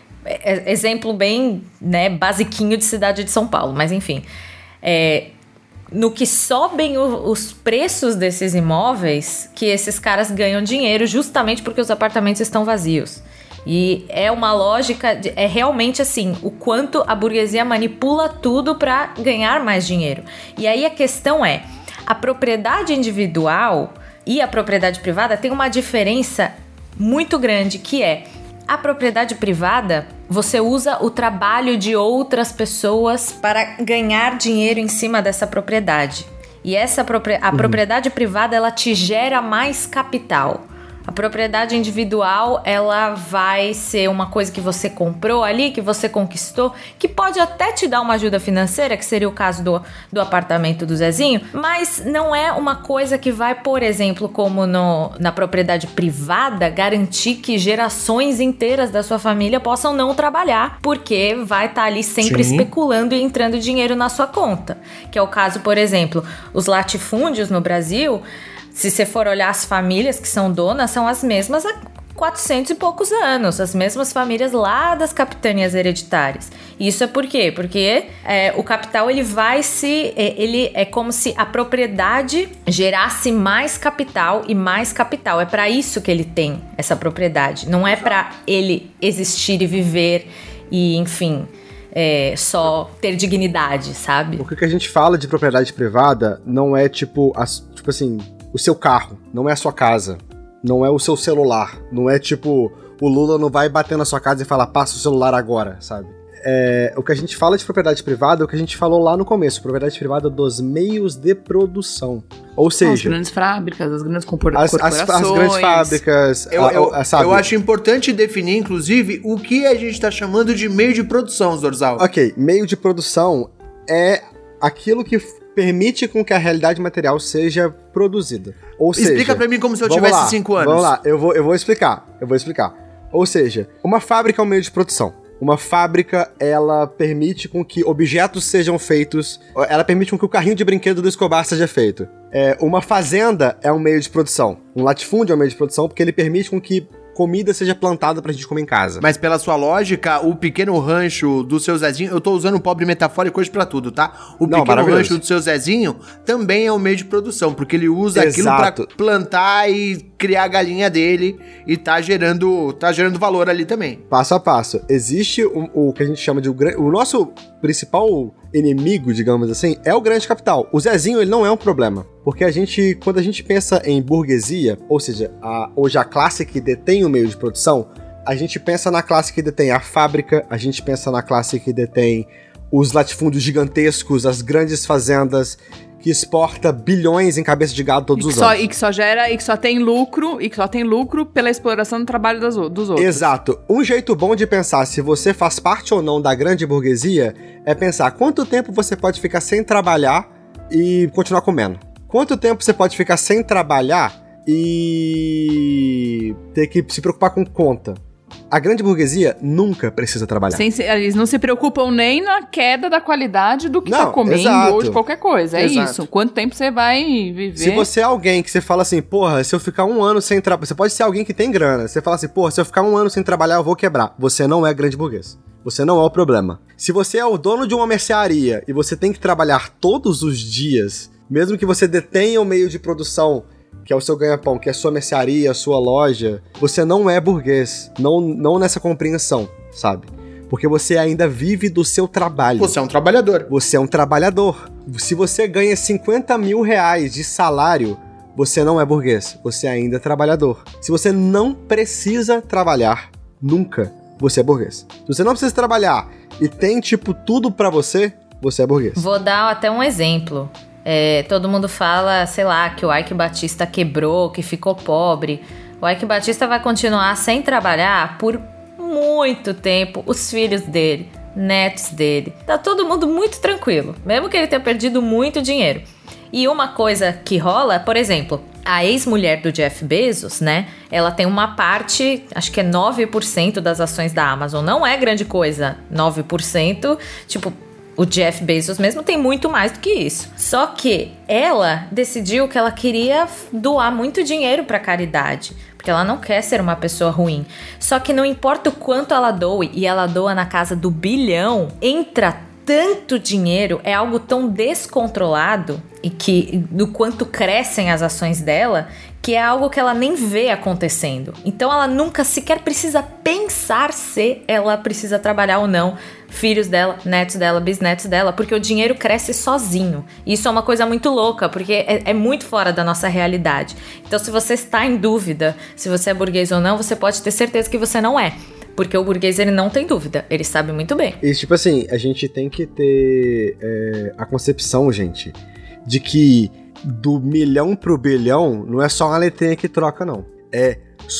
é, exemplo bem, né, basiquinho de cidade de São Paulo, mas enfim, é, no que sobem o, os preços desses imóveis, que esses caras ganham dinheiro justamente porque os apartamentos estão vazios. E é uma lógica, de, é realmente assim, o quanto a burguesia manipula tudo para ganhar mais dinheiro. E aí a questão é, a propriedade individual e a propriedade privada tem uma diferença muito grande, que é, a propriedade privada, você usa o trabalho de outras pessoas para ganhar dinheiro em cima dessa propriedade. E essa a propriedade privada, ela te gera mais capital. A propriedade individual, ela vai ser uma coisa que você comprou ali, que você conquistou, que pode até te dar uma ajuda financeira, que seria o caso do, do apartamento do Zezinho, mas não é uma coisa que vai, por exemplo, como no, na propriedade privada, garantir que gerações inteiras da sua família possam não trabalhar, porque vai estar ali sempre Sim. especulando e entrando dinheiro na sua conta. Que é o caso, por exemplo, os latifúndios no Brasil. Se você for olhar as famílias que são donas, são as mesmas há quatrocentos e poucos anos, as mesmas famílias lá das capitanias hereditárias. Isso é por quê? Porque é, o capital, ele vai se... É, ele é como se a propriedade gerasse mais capital e mais capital. É para isso que ele tem essa propriedade. Não é para ele existir e viver e, enfim... É, só ter dignidade, sabe? O que a gente fala de propriedade privada não é tipo, as, tipo assim, o seu carro, não é a sua casa, não é o seu celular, não é tipo, o Lula não vai bater na sua casa e falar, passa o celular agora, sabe? É, o que a gente fala de propriedade privada é o que a gente falou lá no começo, propriedade privada dos meios de produção. Ou seja... As grandes fábricas, as grandes corpor- as, corporações. As, as grandes fábricas... Eu, a, eu, a, sabe? eu acho importante definir, inclusive, o que a gente tá chamando de meio de produção, Zorzal. Ok, meio de produção é aquilo que permite com que a realidade material seja produzida. Ou seja... Explica pra mim como se eu vamos tivesse lá, cinco anos. Vamos lá, eu vou, eu vou explicar, eu vou explicar. Ou seja, uma fábrica é um meio de produção. Uma fábrica, ela permite com que objetos sejam feitos... Ela permite com que o carrinho de brinquedo do Escobar seja feito. É, uma fazenda é um meio de produção. Um latifúndio é um meio de produção porque ele permite com que comida seja plantada pra gente comer em casa. Mas pela sua lógica, o pequeno rancho do seu Zezinho... Eu tô usando o pobre metafórico hoje pra tudo, tá? O Não, pequeno maravilhoso. rancho do seu Zezinho também é um meio de produção, porque ele usa Exato. aquilo pra plantar e criar a galinha dele e tá gerando, tá gerando valor ali também. Passo a passo. Existe o, o que a gente chama de... O, o nosso principal inimigo, digamos assim, é o grande capital. O Zezinho, ele não é um problema. Porque a gente, quando a gente pensa em burguesia, ou seja, a, hoje a classe que detém o meio de produção, a gente pensa na classe que detém a fábrica, a gente pensa na classe que detém os latifúndios gigantescos, as grandes fazendas, que exporta bilhões em cabeça de gado todos E que os só, anos. e que só gera, e que só tem lucro, e que só tem lucro pela exploração do trabalho das, dos outros. Exato. Um jeito bom de pensar se você faz parte ou não da grande burguesia é pensar quanto tempo você pode ficar sem trabalhar e continuar comendo. Quanto tempo você pode ficar sem trabalhar e ter que se preocupar com conta. A grande burguesia nunca precisa trabalhar. Sem se- eles não se preocupam nem na queda da qualidade do que Não, tá comendo exato. ou de qualquer coisa. É Exato. isso. Quanto tempo você vai viver? Se você é alguém que você fala assim, porra, se eu ficar um ano sem trabalhar... Você pode ser alguém que tem grana. Você fala assim, porra, se eu ficar um ano sem trabalhar, eu vou quebrar. Você não é grande burguês. Você não é o problema. Se você é o dono de uma mercearia e você tem que trabalhar todos os dias, mesmo que você detenha o meio de produção, que é o seu ganha-pão, que é a sua mercearia, a sua loja, você não é burguês. Não, não nessa compreensão, sabe? Porque você ainda vive do seu trabalho. Você é um trabalhador. Você é um trabalhador. Se você ganha cinquenta mil reais de salário, você não é burguês. Você ainda é trabalhador. Se você não precisa trabalhar, nunca, você é burguês. Se você não precisa trabalhar e tem, tipo, tudo pra você, você é burguês. Vou dar até um exemplo. É, todo mundo fala, sei lá, que o Ike Batista quebrou, que ficou pobre. O Ike Batista vai continuar sem trabalhar por muito tempo. Os filhos dele, netos dele. Tá todo mundo muito tranquilo, mesmo que ele tenha perdido muito dinheiro. E uma coisa que rola, por exemplo, a ex-mulher do Jeff Bezos, né? Ela tem uma parte, acho que é nove por cento das ações da Amazon. Não é grande coisa, nove por cento. Tipo, o Jeff Bezos mesmo tem muito mais do que isso. Só que ela decidiu que ela queria doar muito dinheiro pra caridade. Porque ela não quer ser uma pessoa ruim. Só que não importa o quanto ela doe, e ela doa na casa do bilhão, entra tanto dinheiro, é algo tão descontrolado e que do quanto crescem as ações dela, que é algo que ela nem vê acontecendo. Então ela nunca sequer precisa pensar se ela precisa trabalhar ou não. Filhos dela, netos dela, bisnetos dela, porque o dinheiro cresce sozinho. Isso é uma coisa muito louca, porque é, é muito fora da nossa realidade. Então se você está em dúvida se você é burguês ou não, você pode ter certeza que você não é. Porque o burguês, ele não tem dúvida, ele sabe muito bem. E tipo assim, a gente tem que ter é, a concepção, gente, de que do milhão pro bilhão não é só uma letrinha que troca, não. É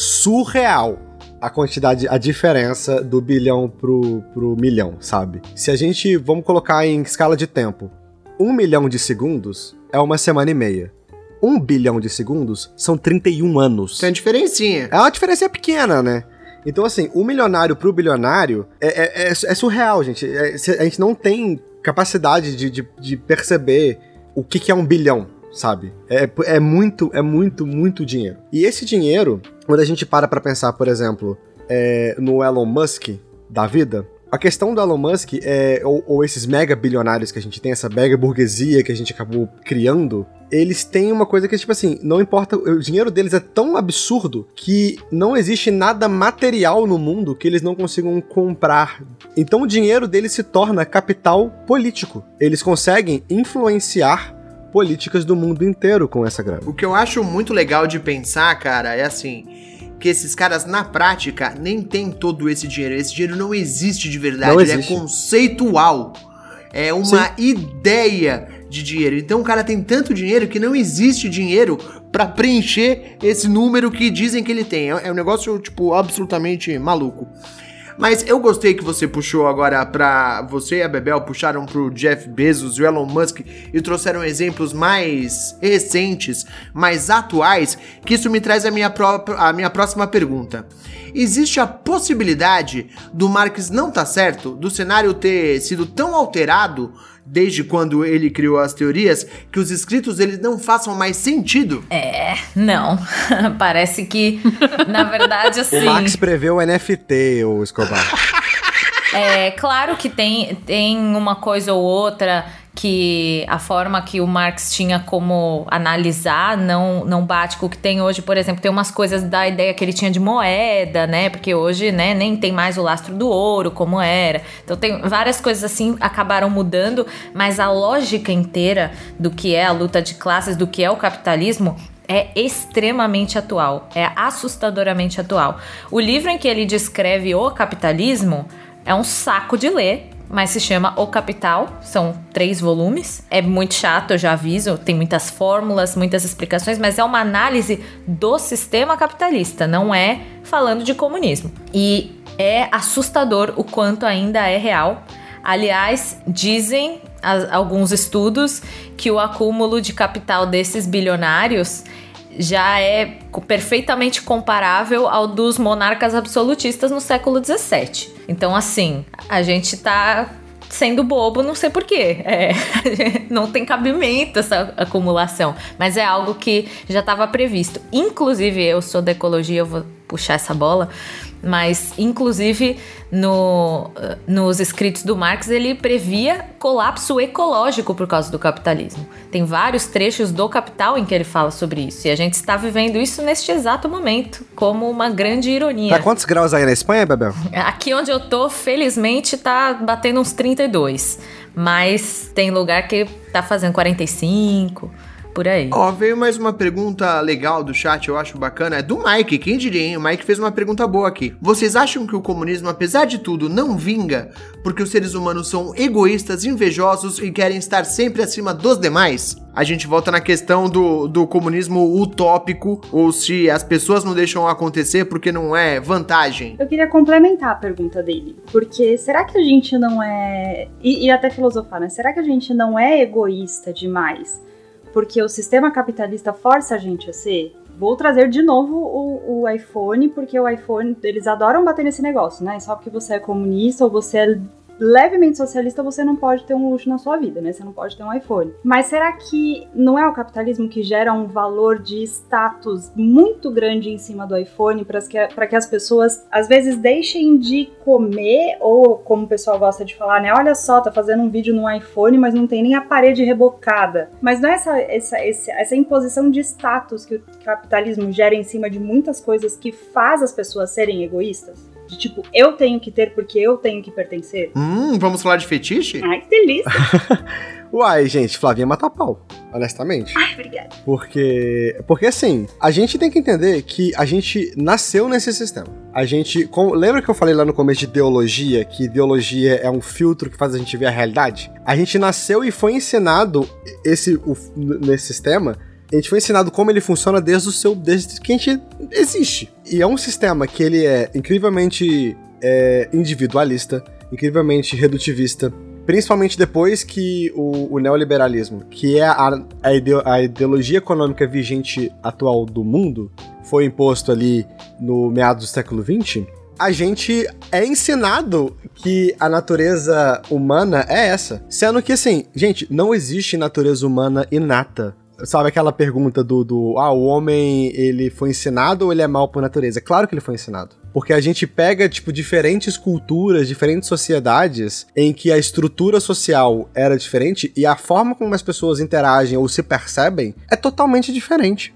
surreal a quantidade, a diferença do bilhão pro, pro milhão, sabe? Se a gente, vamos colocar em escala de tempo, um milhão de segundos é uma semana e meia. Um bilhão de segundos são trinta e um anos. Tem uma diferencinha. É uma diferença pequena, né? Então, assim, o milionário pro bilionário é, é, é surreal, gente. É, a gente não tem capacidade de, de, de perceber o que, que é um bilhão, sabe? É, é muito, é muito, muito dinheiro. E esse dinheiro, quando a gente para pra pensar, por exemplo, é, no Elon Musk da vida, a questão do Elon Musk, é, ou, ou esses mega bilionários que a gente tem, essa mega burguesia que a gente acabou criando, eles têm uma coisa que, tipo assim, não importa, o dinheiro deles é tão absurdo que não existe nada material no mundo que eles não consigam comprar. Então o dinheiro deles se torna capital político. Eles conseguem influenciar políticas do mundo inteiro com essa grana. O que eu acho muito legal de pensar, cara, é assim, que esses caras, na prática, nem tem todo esse dinheiro. Esse dinheiro não existe de verdade, Não ele existe. é conceitual. É uma ideia de dinheiro. Então o cara tem tanto dinheiro que não existe dinheiro pra preencher esse número que dizem que ele tem. É um negócio, tipo, absolutamente maluco. Mas eu gostei que você puxou agora pra... Você e a Bebel puxaram pro Jeff Bezos e o Elon Musk e trouxeram exemplos mais recentes, mais atuais, que isso me traz a minha, própria, a minha próxima pergunta. Existe a possibilidade do Marx não estar certo, do cenário ter sido tão alterado desde quando ele criou as teorias, que os escritos dele não façam mais sentido? É, não. Parece que, na verdade, assim... O Marx prevê o N F T, o Escobar. É claro que tem, tem uma coisa ou outra que a forma que o Marx tinha como analisar não, não bate com o que tem hoje. Por exemplo, tem umas coisas da ideia que ele tinha de moeda, né? Porque hoje, né, nem tem mais o lastro do ouro como era. Então tem várias coisas assim acabaram mudando, mas a lógica inteira do que é a luta de classes, do que é o capitalismo, é extremamente atual, é assustadoramente atual. O livro em que ele descreve o capitalismo é um saco de ler, mas se chama O Capital, são três volumes. É muito chato, eu já aviso, tem muitas fórmulas, muitas explicações, mas é uma análise do sistema capitalista, não é falando de comunismo. E é assustador o quanto ainda é real. Aliás, dizem as, alguns estudos que o acúmulo de capital desses bilionários já é perfeitamente comparável ao dos monarcas absolutistas no século dezessete. Então, assim, a gente tá sendo bobo, não sei porquê. É, não tem cabimento essa acumulação, mas é algo que já estava previsto. Inclusive, eu sou da ecologia, eu vou puxar essa bola, mas inclusive no, nos escritos do Marx ele previa colapso ecológico por causa do capitalismo. Tem vários trechos do Capital em que ele fala sobre isso, e a gente está vivendo isso neste exato momento, como uma grande ironia. Tá quantos graus aí na Espanha, Bebel? Aqui onde eu tô, felizmente, tá batendo uns trinta e dois, mas tem lugar que tá fazendo quarenta e cinco... por aí. Ó, veio mais uma pergunta legal do chat, eu acho bacana, é do Mike, quem diria, hein? O Mike fez uma pergunta boa aqui. Vocês acham que o comunismo, apesar de tudo, não vinga porque os seres humanos são egoístas, invejosos e querem estar sempre acima dos demais? A gente volta na questão do, do comunismo utópico, ou se as pessoas não deixam acontecer porque não é vantagem. Eu queria complementar a pergunta dele, porque será que a gente não é... E, e até filosofar, né? Será que a gente não é egoísta demais? Porque o sistema capitalista força a gente a ser. Vou trazer de novo o, o iPhone, porque o iPhone, eles adoram bater nesse negócio, né? Só porque você é comunista ou você é levemente socialista, você não pode ter um luxo na sua vida, né? Você não pode ter um iPhone. Mas será que não é o capitalismo que gera um valor de status muito grande em cima do iPhone para que, para que as pessoas, às vezes, deixem de comer, ou como o pessoal gosta de falar, né? Olha só, tá fazendo um vídeo no iPhone, mas não tem nem a parede rebocada. Mas não é essa, essa, essa, essa imposição de status que o capitalismo gera em cima de muitas coisas que faz as pessoas serem egoístas? De tipo, eu tenho que ter porque eu tenho que pertencer? Hum, vamos falar de fetiche? Ai, que delícia! Uai, gente, Flavinha mata pau, honestamente. Ai, obrigada. Porque, porque assim, a gente tem que entender que a gente nasceu nesse sistema. A gente, com, lembra que eu falei lá no começo de ideologia, que ideologia é um filtro que faz a gente ver a realidade? A gente nasceu e foi ensinado esse, o, nesse sistema. A gente foi ensinado como ele funciona desde o seu, desde que a gente existe. E é um sistema que ele é incrivelmente é, individualista, incrivelmente redutivista, principalmente depois que o, o neoliberalismo, que é a, a, ide, a ideologia econômica vigente atual do mundo, foi imposto ali no meados do século vinte, a gente é ensinado que a natureza humana é essa. Sendo que, assim, gente, não existe natureza humana inata. Sabe aquela pergunta do, do, ah, o homem, ele foi ensinado ou ele é mau por natureza? Claro que ele foi ensinado. Porque a gente pega, tipo, diferentes culturas, diferentes sociedades em que a estrutura social era diferente e a forma como as pessoas interagem ou se percebem é totalmente diferente.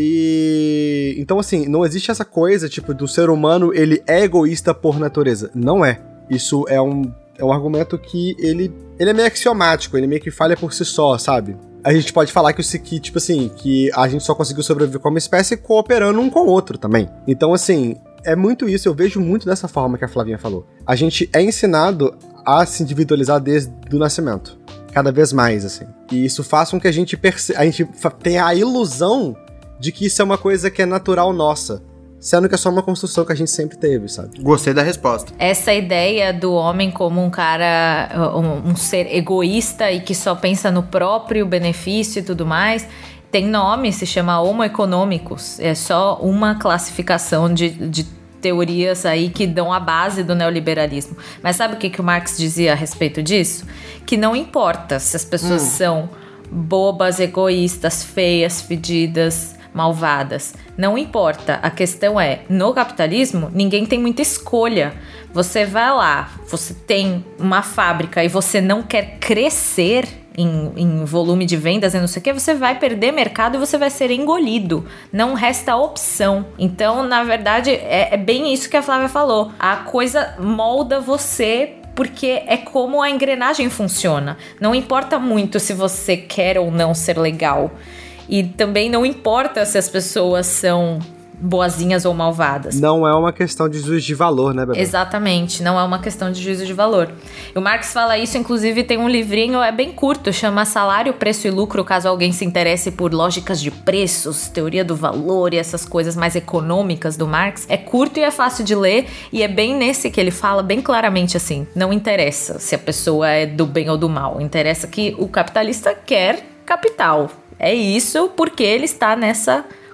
E... então, assim, não existe essa coisa, tipo, do ser humano, ele é egoísta por natureza. Não é. Isso é um, é um argumento que ele, ele é meio axiomático, ele meio que falha por si só, sabe? A gente pode falar que, que, tipo assim, que a gente só conseguiu sobreviver como espécie cooperando um com o outro também. Então, assim, é muito isso, eu vejo muito dessa forma que a Flavinha falou. A gente é ensinado a se individualizar desde o nascimento. Cada vez mais, assim. E isso faz com que a gente, perce- a gente tenha a ilusão de que isso é uma coisa que é natural nossa. Sendo que é só uma construção que a gente sempre teve, sabe? Gostei da resposta. Essa ideia do homem como um cara, um, um ser egoísta e que só pensa no próprio benefício e tudo mais, tem nome, se chama Homo econômicos. É só uma classificação de, de teorias aí que dão a base do neoliberalismo. Mas sabe o que, que o Marx dizia a respeito disso? Que não importa se as pessoas hum. são bobas, egoístas, feias, fedidas, malvadas. Não importa. A questão é, no capitalismo, ninguém tem muita escolha. Você vai lá, você tem uma fábrica e você não quer crescer em, em volume de vendas e não sei o que, você vai perder mercado e você vai ser engolido. Não resta opção. Então, na verdade, é, é bem isso que a Flávia falou. A coisa molda você porque é como a engrenagem funciona. Não importa muito se você quer ou não ser legal. E também não importa se as pessoas são boazinhas ou malvadas. Não é uma questão de juízo de valor, né, Bebê? Exatamente, não é uma questão de juízo de valor. O Marx fala isso, inclusive tem um livrinho, é bem curto, chama Salário, Preço e Lucro, caso alguém se interesse por lógicas de preços, teoria do valor e essas coisas mais econômicas do Marx. É curto e é fácil de ler, e é bem nesse que ele fala bem claramente assim, não interessa se a pessoa é do bem ou do mal, interessa que o capitalista quer capital. É isso porque ele está nessa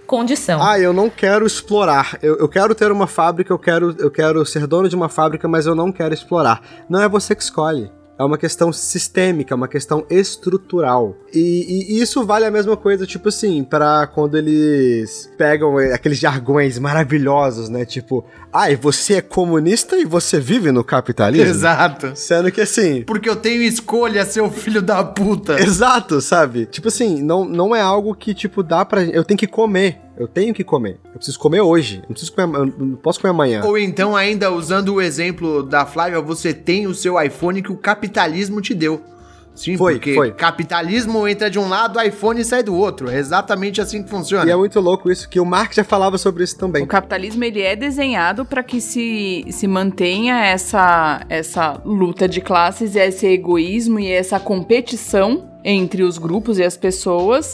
condição. Ah, eu não quero explorar. Eu, eu quero ter uma fábrica, eu quero, eu quero ser dono de uma fábrica, mas eu não quero explorar. Não é você que escolhe. É uma questão sistêmica, uma questão estrutural. E, e isso vale a mesma coisa, tipo assim, pra quando eles pegam aqueles jargões maravilhosos, né? Tipo, ah, e você é comunista e você vive no capitalismo? Exato. Sendo que assim... Porque eu tenho escolha, seu filho da puta. Exato, sabe? Tipo assim, não, não é algo que, tipo, dá pra... Eu tenho que comer. Eu tenho que comer. Eu preciso comer hoje. Eu não, preciso comer, eu não posso comer amanhã. Ou então, ainda usando o exemplo da Flávia, você tem o seu iPhone que o capitalismo te deu. Sim, foi, porque foi. capitalismo entra de um lado, iPhone sai do outro. É exatamente assim que funciona. E é muito louco isso, que o Marx já falava sobre isso também. O capitalismo, ele é desenhado para que se, se mantenha essa, essa luta de classes, esse egoísmo e essa competição entre os grupos e as pessoas.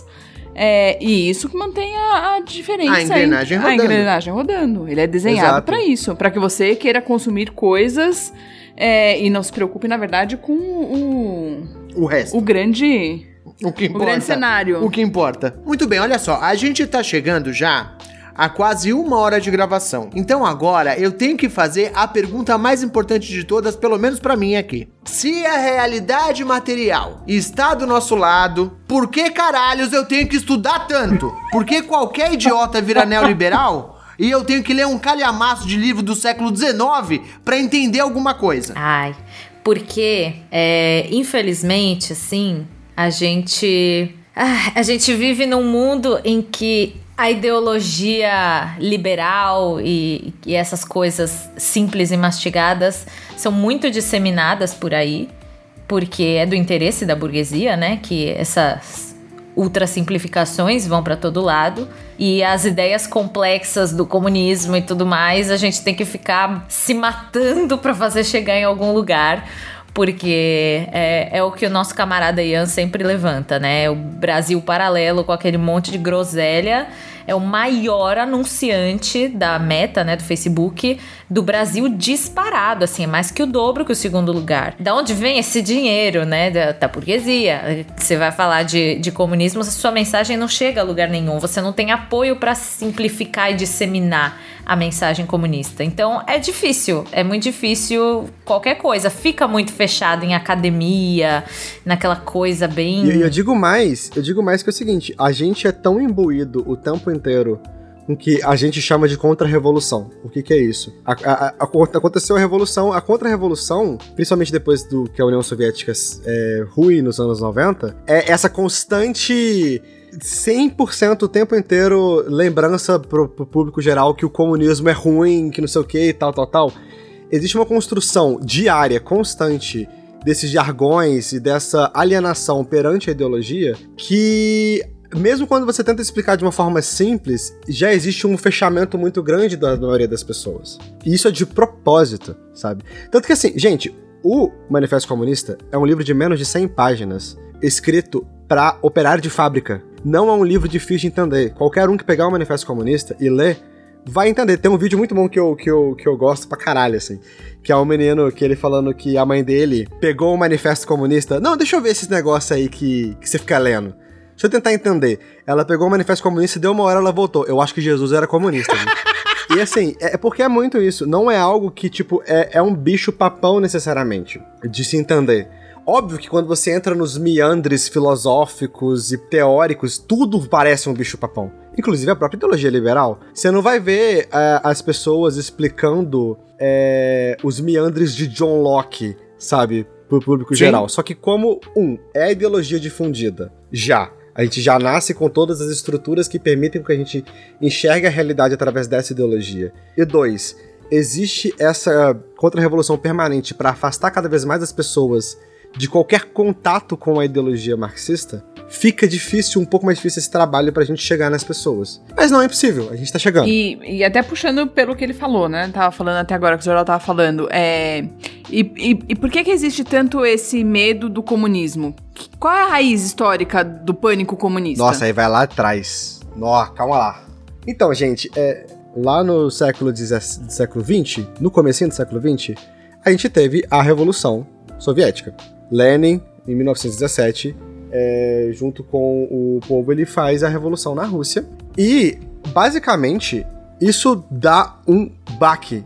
É, e isso que mantém a, a diferença. A engrenagem aí, rodando. A engrenagem rodando. Ele é desenhado para isso, para que você queira consumir coisas é, e não se preocupe, na verdade, com o... O resto. O grande... O que importa. O grande cenário. O que importa. Muito bem, olha só. A gente tá chegando já a quase uma hora de gravação. Então agora eu tenho que fazer a pergunta mais importante de todas, pelo menos pra mim aqui. Se a realidade material está do nosso lado, por que caralhos eu tenho que estudar tanto? Por que qualquer idiota vira neoliberal e eu tenho que ler um calhamaço de livro do século dezenove pra entender alguma coisa? Ai, porque, é, infelizmente, assim, a gente... Ah, a gente vive num mundo em que a ideologia liberal e, e essas coisas simples e mastigadas são muito disseminadas por aí, porque é do interesse da burguesia, né? Que essas ultrasimplificações vão para todo lado. E as ideias complexas do comunismo e tudo mais, a gente tem que ficar se matando para fazer chegar em algum lugar. Porque é, é o que o nosso camarada Ian sempre levanta, né? O Brasil paralelo com aquele monte de groselha é o maior anunciante da Meta, né, do Facebook, do Brasil disparado, assim, é mais que o dobro que o segundo lugar. Da onde vem esse dinheiro, né, da, da burguesia? Você vai falar de, de comunismo, a sua mensagem não chega a lugar nenhum, você não tem apoio para simplificar e disseminar a mensagem comunista. Então, é difícil, é muito difícil qualquer coisa, fica muito fechado em academia, naquela coisa bem... E eu digo mais, eu digo mais que é o seguinte, a gente é tão imbuído o tempo inteiro com que a gente chama de contra-revolução. O que que é isso? A, a, a, aconteceu a revolução, a contra-revolução, principalmente depois do que a União Soviética é, ruim nos anos noventa, é essa constante cem por cento o tempo inteiro lembrança pro, pro público geral que o comunismo é ruim, que não sei o que e tal, tal, tal. Existe uma construção diária, constante, desses jargões e dessa alienação perante a ideologia que... Mesmo quando você tenta explicar de uma forma simples, já existe um fechamento muito grande da maioria das pessoas. E isso é de propósito, sabe? Tanto que assim, gente, o Manifesto Comunista é um livro de menos de cem páginas, escrito para operário de fábrica. Não é um livro difícil de entender. Qualquer um que pegar o Manifesto Comunista e ler, vai entender. Tem um vídeo muito bom que eu, que eu, que eu gosto pra caralho, assim. Que é um menino que ele falando que a mãe dele pegou o Manifesto Comunista. Não, deixa eu ver esses negócios aí que, que você fica lendo. Deixa eu tentar entender. Ela pegou o Manifesto Comunista e deu uma hora ela voltou. Eu acho que Jesus era comunista. E assim, é porque é muito isso. Não é algo que, tipo, é, é um bicho papão necessariamente, de se entender. Óbvio que quando você entra nos meandres filosóficos e teóricos, tudo parece um bicho papão. Inclusive a própria ideologia liberal. Você não vai ver é, as pessoas explicando é, os meandres de John Locke, sabe, pro público Sim. geral. Só que como, um, é a ideologia difundida, já. A gente já nasce com todas as estruturas que permitem que a gente enxergue a realidade através dessa ideologia. E dois, existe essa contra-revolução permanente para afastar cada vez mais as pessoas de qualquer contato com a ideologia marxista. Fica difícil, um pouco mais difícil esse trabalho pra gente chegar nas pessoas. Mas não é impossível, a gente tá chegando. E, e até puxando pelo que ele falou, né? Tava falando até agora, que o Jornal tava falando. É, e, e, e por que que existe tanto esse medo do comunismo? Qual é a raiz histórica do pânico comunista? Nossa, aí vai lá atrás. Nossa, calma lá. Então, gente, é, lá no século dezesseis, século vinte, no comecinho do século vinte, a gente teve a Revolução Soviética. Lenin, em mil novecentos e dezessete... É, junto com o povo, ele faz a revolução na Rússia. E basicamente, isso dá um baque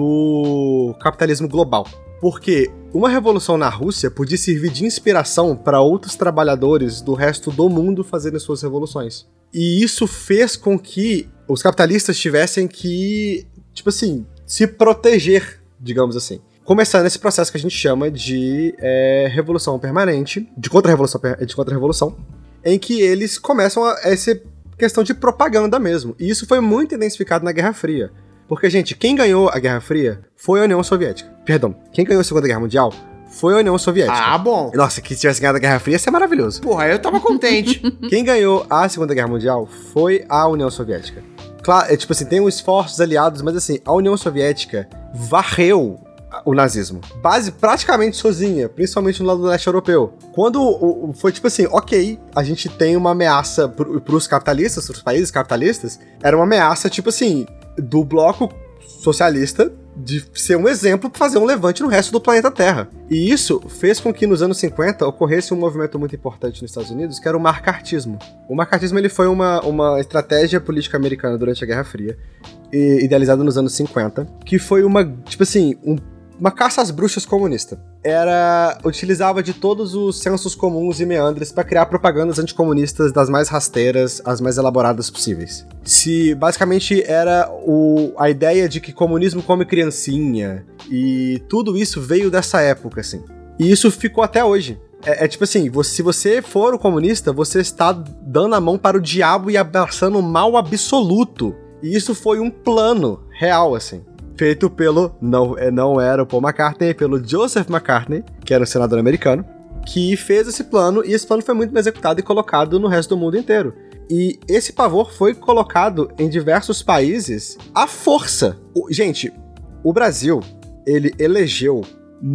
no capitalismo global. Porque uma revolução na Rússia podia servir de inspiração para outros trabalhadores do resto do mundo fazerem suas revoluções. E isso fez com que os capitalistas tivessem que, tipo assim, se proteger, digamos assim. Começando esse processo que a gente chama de é, revolução permanente, de contra-revolução, de contra-revolução, em que eles começam a essa questão de propaganda mesmo. E isso foi muito intensificado na Guerra Fria. Porque, gente, quem ganhou a Guerra Fria foi a União Soviética. Perdão, quem ganhou a Segunda Guerra Mundial foi a União Soviética. Ah, bom. Nossa, que tivesse ganhado a Guerra Fria, ia ser maravilhoso. Porra, eu tava contente. Quem ganhou a Segunda Guerra Mundial foi a União Soviética. Claro, é, tipo assim, tem os esforços aliados, mas assim, a União Soviética varreu o nazismo. Base praticamente sozinha, principalmente no lado do leste europeu. Quando o, o, foi tipo assim, ok, a gente tem uma ameaça pro, pros capitalistas, pros países capitalistas, era uma ameaça, tipo assim, do bloco socialista de ser um exemplo para fazer um levante no resto do planeta Terra. E isso fez com que nos anos cinquenta ocorresse um movimento muito importante nos Estados Unidos, que era o macartismo. O macartismo ele foi uma, uma estratégia política americana durante a Guerra Fria, idealizada nos anos cinquenta, que foi uma, tipo assim, um uma caça às bruxas comunista. Era... utilizava de todos os sensos comuns e meandres para criar propagandas anticomunistas das mais rasteiras, as mais elaboradas possíveis. Se, basicamente, era o, a ideia de que comunismo come criancinha, e tudo isso veio dessa época, assim. E isso ficou até hoje. É, é tipo assim, você, se você for o comunista, você está dando a mão para o diabo e abraçando o mal absoluto. E isso foi um plano real, assim. Feito pelo, não, não era o Paul McCartney, pelo Joseph McCartney, que era um senador americano, que fez esse plano, e esse plano foi muito bem executado e colocado no resto do mundo inteiro. E esse pavor foi colocado em diversos países à força. O, gente, o Brasil, ele elegeu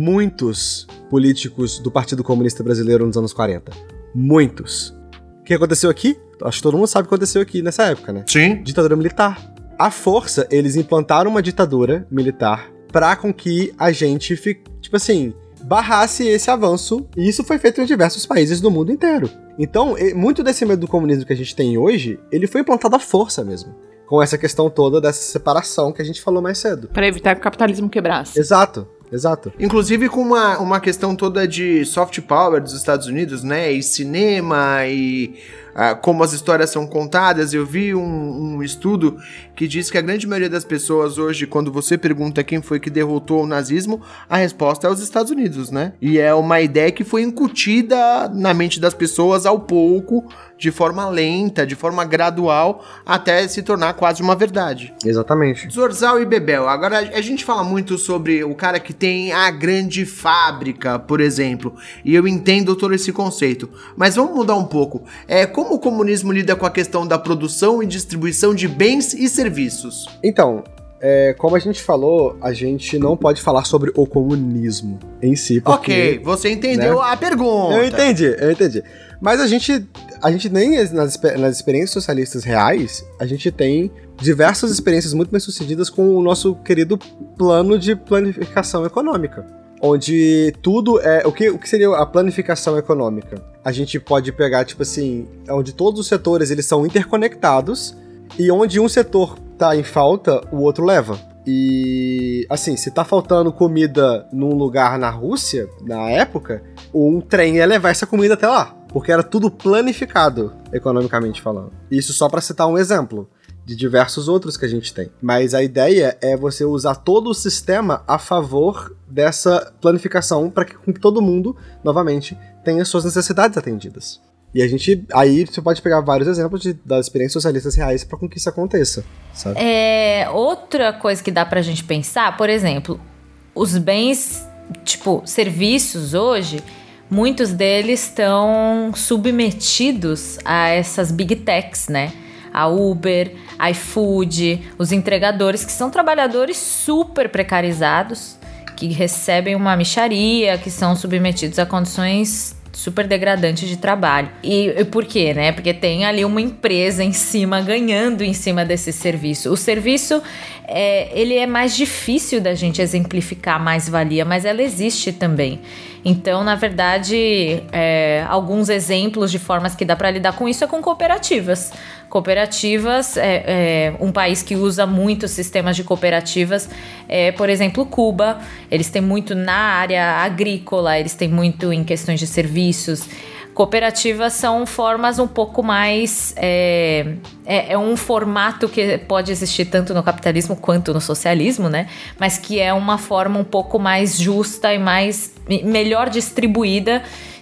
muitos políticos do Partido Comunista Brasileiro nos anos quarenta. Muitos. O que aconteceu aqui? Acho que todo mundo sabe o que aconteceu aqui nessa época, né? Sim. Ditadura militar. À força, eles implantaram uma ditadura militar pra com que a gente, tipo assim, barrasse esse avanço, e isso foi feito em diversos países do mundo inteiro. Então, muito desse medo do comunismo que a gente tem hoje, ele foi implantado à força mesmo, com essa questão toda dessa separação que a gente falou mais cedo. Pra evitar que o capitalismo quebrasse. Exato. Exato. Inclusive com uma, uma questão toda de soft power dos Estados Unidos, né? E cinema e uh, como as histórias são contadas. Eu vi um, um estudo que diz que a grande maioria das pessoas hoje, quando você pergunta quem foi que derrotou o nazismo, a resposta é os Estados Unidos, né? E é uma ideia que foi incutida na mente das pessoas ao pouco, de forma lenta, de forma gradual, até se tornar quase uma verdade. Exatamente. Zorzal e Bebel, agora a gente fala muito sobre o cara que tem a grande fábrica, por exemplo, e eu entendo todo esse conceito, mas vamos mudar um pouco. É, como o comunismo lida com a questão da produção e distribuição de bens e serviços? Então, é, como a gente falou, a gente não pode falar sobre o comunismo em si, porque... Ok, você entendeu, né, a pergunta. Eu entendi, eu entendi. Mas a gente, a gente nem nas, nas experiências socialistas reais, a gente tem diversas experiências muito bem sucedidas com o nosso querido plano de planificação econômica. Onde tudo é... O que, o que seria a planificação econômica? A gente pode pegar, tipo assim, onde todos os setores eles são interconectados e onde um setor tá em falta, o outro leva. E, assim, se tá faltando comida num lugar na Rússia, na época, um trem ia levar essa comida até lá. Porque era tudo planificado, economicamente falando. Isso só para citar um exemplo de diversos outros que a gente tem. Mas a ideia é você usar todo o sistema a favor dessa planificação para que todo mundo, novamente, tenha suas necessidades atendidas. E a gente, aí você pode pegar vários exemplos de, das experiências socialistas reais para que isso aconteça, sabe? É, outra coisa que dá pra gente pensar, por exemplo, os bens, tipo, serviços hoje... Muitos deles estão submetidos a essas big techs, né? A Uber, a iFood, os entregadores, que são trabalhadores super precarizados, que recebem uma mixaria, que são submetidos a condições super degradantes de trabalho. E, e por quê, né? Porque tem ali uma empresa em cima, ganhando em cima desse serviço. O serviço, é, ele é mais difícil da gente exemplificar a mais-valia, mas ela existe também. Então, na verdade, é, alguns exemplos de formas que dá para lidar com isso é com cooperativas. Cooperativas, é, é um país que usa muito sistemas de cooperativas, é, por exemplo, Cuba. Eles têm muito na área agrícola, eles têm muito em questões de serviços. Cooperativas são formas um pouco mais... É, é, é um formato que pode existir tanto no capitalismo quanto no socialismo, né? Mas que é uma forma um pouco mais justa e mais, melhor distribuída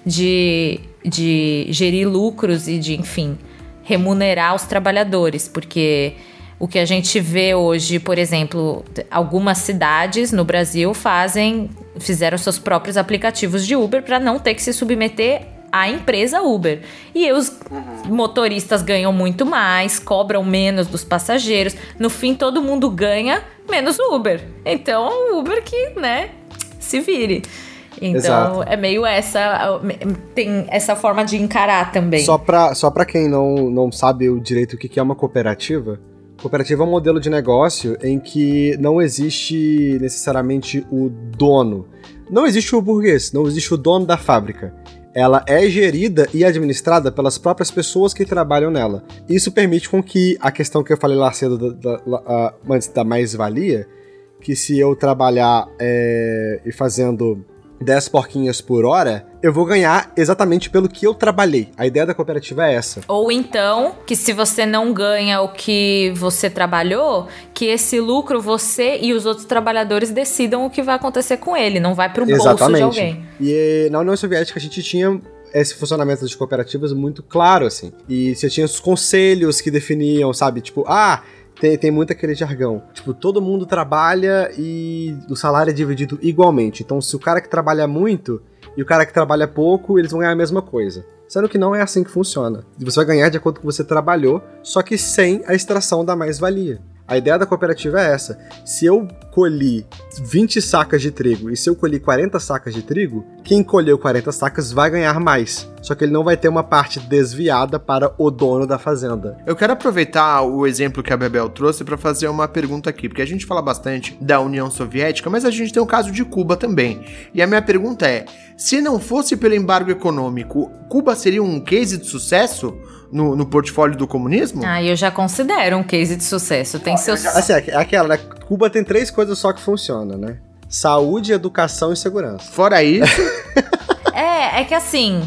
de, de gerir lucros e de, enfim, remunerar os trabalhadores. Porque o que a gente vê hoje, por exemplo, algumas cidades no Brasil fazem, fizeram seus próprios aplicativos de Uber para não ter que se submeter a empresa Uber. E os motoristas ganham muito mais, cobram menos dos passageiros. No fim, todo mundo ganha, menos o Uber. Então, o Uber que, né, se vire. Então, exato. É meio essa... Tem essa forma de encarar também. Só pra, só pra quem não, não sabe o direito o que é uma cooperativa... Cooperativa é um modelo de negócio em que não existe necessariamente o dono. Não existe o burguês, não existe o dono da fábrica. Ela é gerida e administrada pelas próprias pessoas que trabalham nela. Isso permite com que a questão que eu falei lá cedo da, da, da, antes da mais-valia, que se eu trabalhar é, e fazendo dez porquinhas por hora, eu vou ganhar exatamente pelo que eu trabalhei. A ideia da cooperativa é essa. Ou então, que se você não ganha o que você trabalhou, que esse lucro você e os outros trabalhadores decidam o que vai acontecer com ele, não vai pro bolso exatamente. De alguém. E na União Soviética a gente tinha esse funcionamento de cooperativas muito claro, assim. E você tinha os conselhos que definiam, sabe, tipo, ah... Tem, tem muito aquele jargão. Tipo, todo mundo trabalha e o salário é dividido igualmente. Então, se o cara que trabalha muito e o cara que trabalha pouco, eles vão ganhar a mesma coisa. Sendo que não é assim que funciona. Você vai ganhar de acordo com o que você trabalhou, só que sem a extração da mais-valia. A ideia da cooperativa é essa. Se eu colhi vinte sacas de trigo e se eu colhi quarenta sacas de trigo, quem colheu quarenta sacas vai ganhar mais. Só que ele não vai ter uma parte desviada para o dono da fazenda. Eu quero aproveitar o exemplo que a Bebel trouxe para fazer uma pergunta aqui, porque a gente fala bastante da União Soviética, mas a gente tem o caso de Cuba também. E a minha pergunta é, se não fosse pelo embargo econômico, Cuba seria um case de sucesso no, no portfólio do comunismo? Ah, eu já considero um case de sucesso. Tem seus... Assim, é aquela, né? Cuba tem três coisas só que funcionam, né? Saúde, educação e segurança. Fora isso... É, é que assim,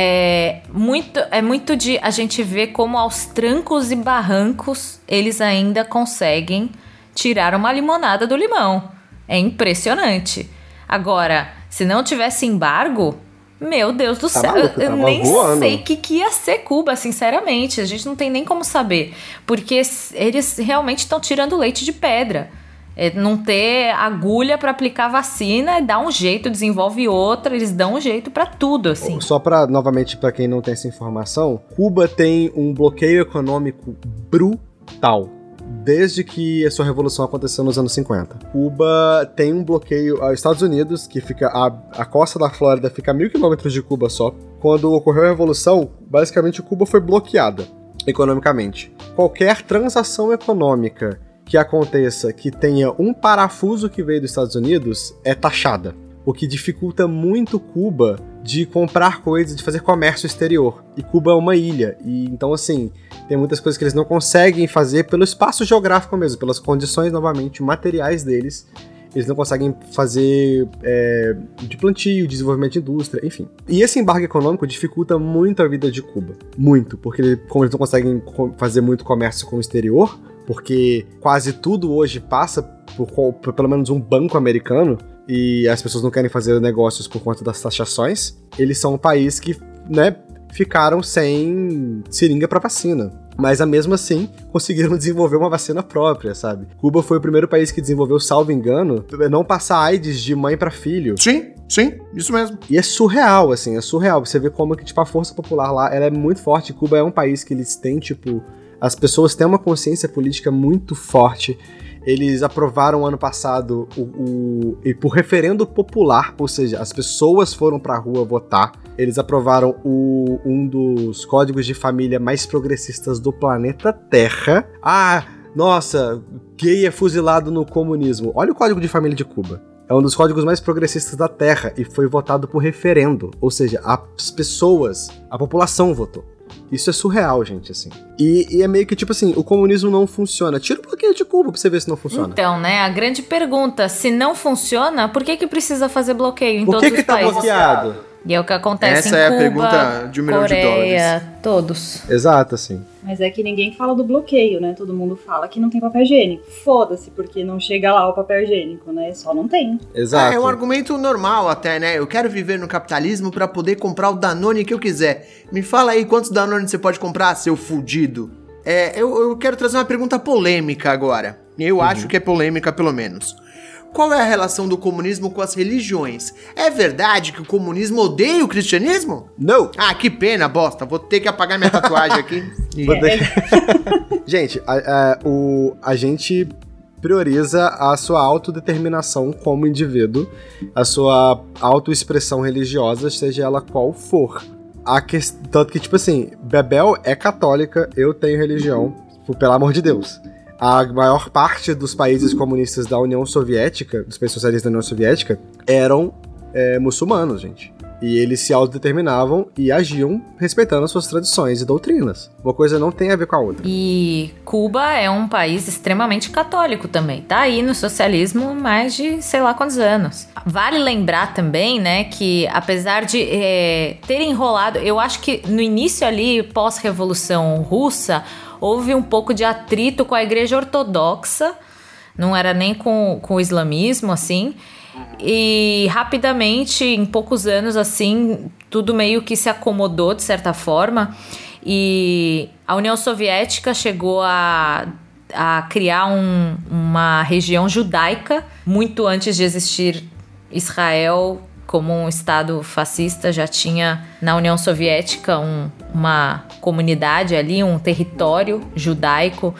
é muito, é muito de a gente ver como aos trancos e barrancos eles ainda conseguem tirar uma limonada do limão. É impressionante. Agora, se não tivesse embargo, meu Deus do céu, maluco, eu nem voando. sei o que, que ia ser Cuba, sinceramente. A gente não tem nem como saber. Porque eles realmente estão tirando leite de pedra. É não ter agulha para aplicar vacina, dá um jeito, desenvolve outra, eles dão um jeito para tudo, assim. Só para novamente, para quem não tem essa informação, Cuba tem um bloqueio econômico brutal. Desde que a sua revolução aconteceu nos anos cinquenta. Cuba tem um bloqueio aos Estados Unidos, que fica a, a costa da Flórida fica a mil quilômetros de Cuba só. Quando ocorreu a revolução, basicamente Cuba foi bloqueada economicamente. Qualquer transação econômica que aconteça que tenha um parafuso que veio dos Estados Unidos é taxada, o que dificulta muito Cuba de comprar coisas, de fazer comércio exterior. E Cuba é uma ilha, e então assim, tem muitas coisas que eles não conseguem fazer pelo espaço geográfico mesmo, pelas condições, novamente, materiais deles. Eles não conseguem fazer é, de plantio, desenvolvimento de indústria, enfim. E esse embargo econômico dificulta muito a vida de Cuba. Muito, porque como eles não conseguem fazer muito comércio com o exterior, porque quase tudo hoje passa por, por pelo menos um banco americano, e as pessoas não querem fazer negócios por conta das taxações, eles são um país que, né, ficaram sem seringa para vacina. Mas, mesmo assim, conseguiram desenvolver uma vacina própria, sabe? Cuba foi o primeiro país que desenvolveu, salvo engano, não passar AIDS de mãe para filho. Sim, sim, isso mesmo. E é surreal, assim, é surreal. Você vê como que, tipo, a força popular lá, ela é muito forte. Cuba é um país que eles têm, tipo... As pessoas têm uma consciência política muito forte. Eles aprovaram ano passado o, o, e por referendo popular, ou seja, as pessoas foram pra rua votar. Eles aprovaram o, um dos códigos de família mais progressistas do planeta Terra. Ah, nossa, gay é fuzilado no comunismo. Olha o código de família de Cuba. É um dos códigos mais progressistas da Terra e foi votado por referendo. Ou seja, as pessoas, a população votou. Isso é surreal, gente, assim. E, e é meio que tipo assim, o comunismo não funciona. Tira o bloqueio de Cuba pra você ver se não funciona. Então, né, a grande pergunta, se não funciona, por que que precisa fazer bloqueio em por todos que que os tá países? bloqueado? E é o que acontece Essa em é a Cuba, pergunta de um milhão de Coreia, todos. Exato, assim. Mas é que ninguém fala do bloqueio, né? Todo mundo fala que não tem papel higiênico. Foda-se, porque não chega lá o papel higiênico, né? Só não tem. Exato. Ah, é um argumento normal até, né? Eu quero viver no capitalismo pra poder comprar o Danone que eu quiser. Me fala aí quantos Danone você pode comprar, seu fudido. É, eu, eu quero trazer uma pergunta polêmica agora. Eu uhum. acho que é polêmica, pelo menos. Qual é a relação do comunismo com as religiões? É verdade que o comunismo odeia o cristianismo? Não! Ah, que pena, bosta. Vou ter que apagar minha tatuagem aqui. Vou deixar... Gente, a, a, o, a gente prioriza a sua autodeterminação como indivíduo, a sua autoexpressão religiosa, seja ela qual for. A que... Tanto que, tipo assim, Bebel é católica, eu tenho religião, pelo amor de Deus. A maior parte dos países comunistas da União Soviética, dos países socialistas da União Soviética, eram é, muçulmanos, gente. E eles se autodeterminavam e agiam respeitando as suas tradições e doutrinas. Uma coisa não tem a ver com a outra. E Cuba é um país extremamente católico também. Tá aí no socialismo mais de sei lá quantos anos. Vale lembrar também, né, que apesar de é, ter enrolado... Eu acho que no início ali, pós-revolução russa, houve um pouco de atrito com a igreja ortodoxa. Não era nem com, com o islamismo, assim... E rapidamente, em poucos anos, assim, tudo meio que se acomodou de certa forma. E a União Soviética chegou a, a criar um, uma região judaica muito antes de existir Israel como um estado fascista. Já tinha na União Soviética um, uma comunidade ali, um território judaico.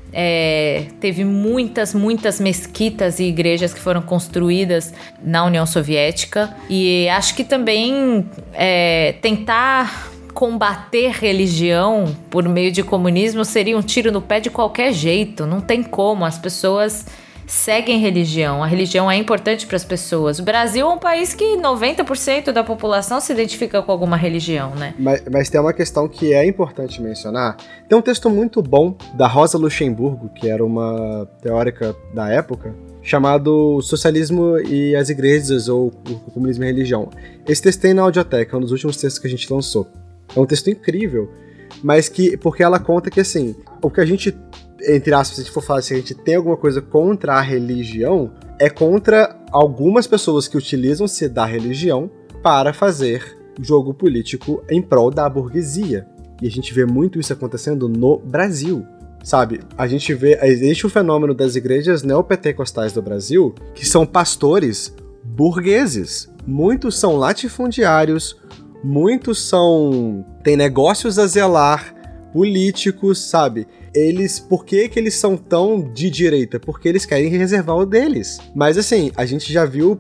É, teve muitas, muitas mesquitas e igrejas que foram construídas na União Soviética. E acho que também é, tentar combater religião por meio de comunismo seria um tiro no pé de qualquer jeito. Não tem como, as pessoas seguem religião, a religião é importante para as pessoas. O Brasil é um país que noventa por cento da população se identifica com alguma religião, né? Mas, mas tem uma questão que é importante mencionar. Tem um texto muito bom da Rosa Luxemburgo, que era uma teórica da época, chamado Socialismo e as Igrejas, ou o Comunismo e a Religião. Esse texto tem na Audioteca, é um dos últimos textos que a gente lançou. É um texto incrível, mas que, porque ela conta que, assim, o que a gente, entre aspas, se a gente for falar, se a gente tem alguma coisa contra a religião, é contra algumas pessoas que utilizam-se da religião para fazer jogo político em prol da burguesia. E a gente vê muito isso acontecendo no Brasil, sabe? A gente vê, existe o fenômeno das igrejas neopentecostais do Brasil, que são pastores burgueses. Muitos são latifundiários, muitos são... têm negócios a zelar, políticos, sabe? Eles, por que que eles são tão de direita? Porque eles querem reservar o deles. Mas assim, a gente já viu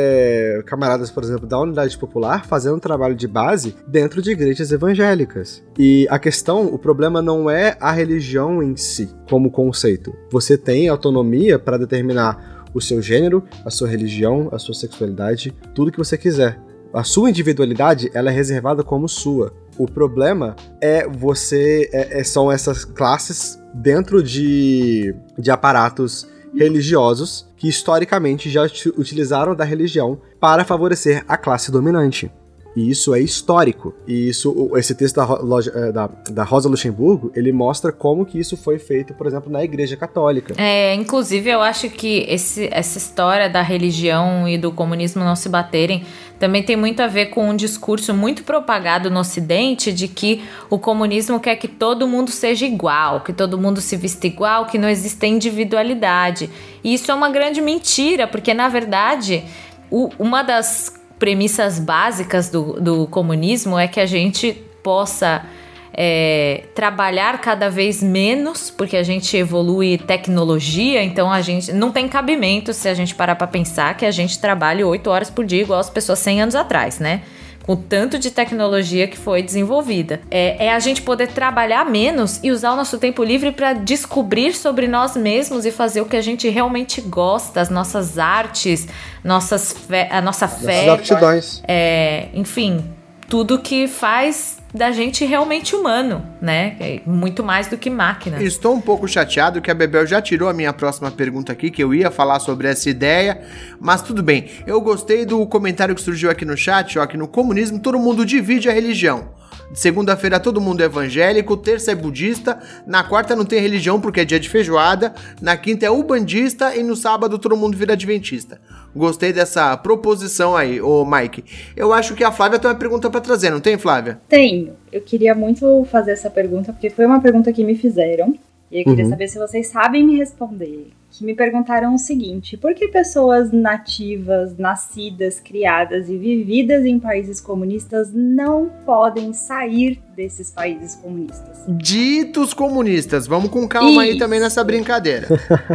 é, camaradas, por exemplo, da Unidade Popular fazendo um trabalho de base dentro de igrejas evangélicas. E a questão, o problema não é a religião em si, como conceito. Você tem autonomia para determinar o seu gênero, a sua religião, a sua sexualidade, tudo que você quiser. A sua individualidade, ela é reservada como sua. O problema é você é, é, são essas classes dentro de, de aparatos religiosos que historicamente já utilizaram da religião para favorecer a classe dominante. E isso é histórico. E isso, esse texto da, da, da Rosa Luxemburgo, ele mostra como que isso foi feito, por exemplo, na Igreja Católica. É, inclusive, eu acho que esse, essa história da religião e do comunismo não se baterem também tem muito a ver com um discurso muito propagado no Ocidente de que o comunismo quer que todo mundo seja igual, que todo mundo se vista igual, que não existe individualidade. E isso é uma grande mentira, porque, na verdade, o, uma das premissas básicas do, do comunismo é que a gente possa é, trabalhar cada vez menos, porque a gente evolui tecnologia, então a gente não tem cabimento se a gente parar para pensar que a gente trabalha oito horas por dia igual as pessoas cem anos atrás, né? Com o tanto de tecnologia que foi desenvolvida. É, é a gente poder trabalhar menos e usar o nosso tempo livre para descobrir sobre nós mesmos e fazer o que a gente realmente gosta, as nossas artes, nossas fe- a nossa fé. Nossas aptidões. É, enfim, tudo que faz da gente realmente humano, né? É muito mais do que máquina. Estou um pouco chateado que a Bebel já tirou a minha próxima pergunta aqui, que eu ia falar sobre essa ideia, mas tudo bem. Eu gostei do comentário que surgiu aqui no chat, ó, que no comunismo todo mundo divide a religião. De segunda-feira todo mundo é evangélico, terça é budista, na quarta não tem religião porque é dia de feijoada, na quinta é ubandista e no sábado todo mundo vira adventista. Gostei dessa proposição aí, ô Mike. Eu acho que a Flávia tem uma pergunta pra trazer, não tem, Flávia? Tenho. Eu queria muito fazer essa pergunta porque foi uma pergunta que me fizeram e eu queria Uhum. saber se vocês sabem me responder. Que me perguntaram o seguinte: por que pessoas nativas, nascidas, criadas e vividas em países comunistas não podem sair desses países comunistas? Ditos comunistas, vamos com calma aí Isso. também nessa brincadeira.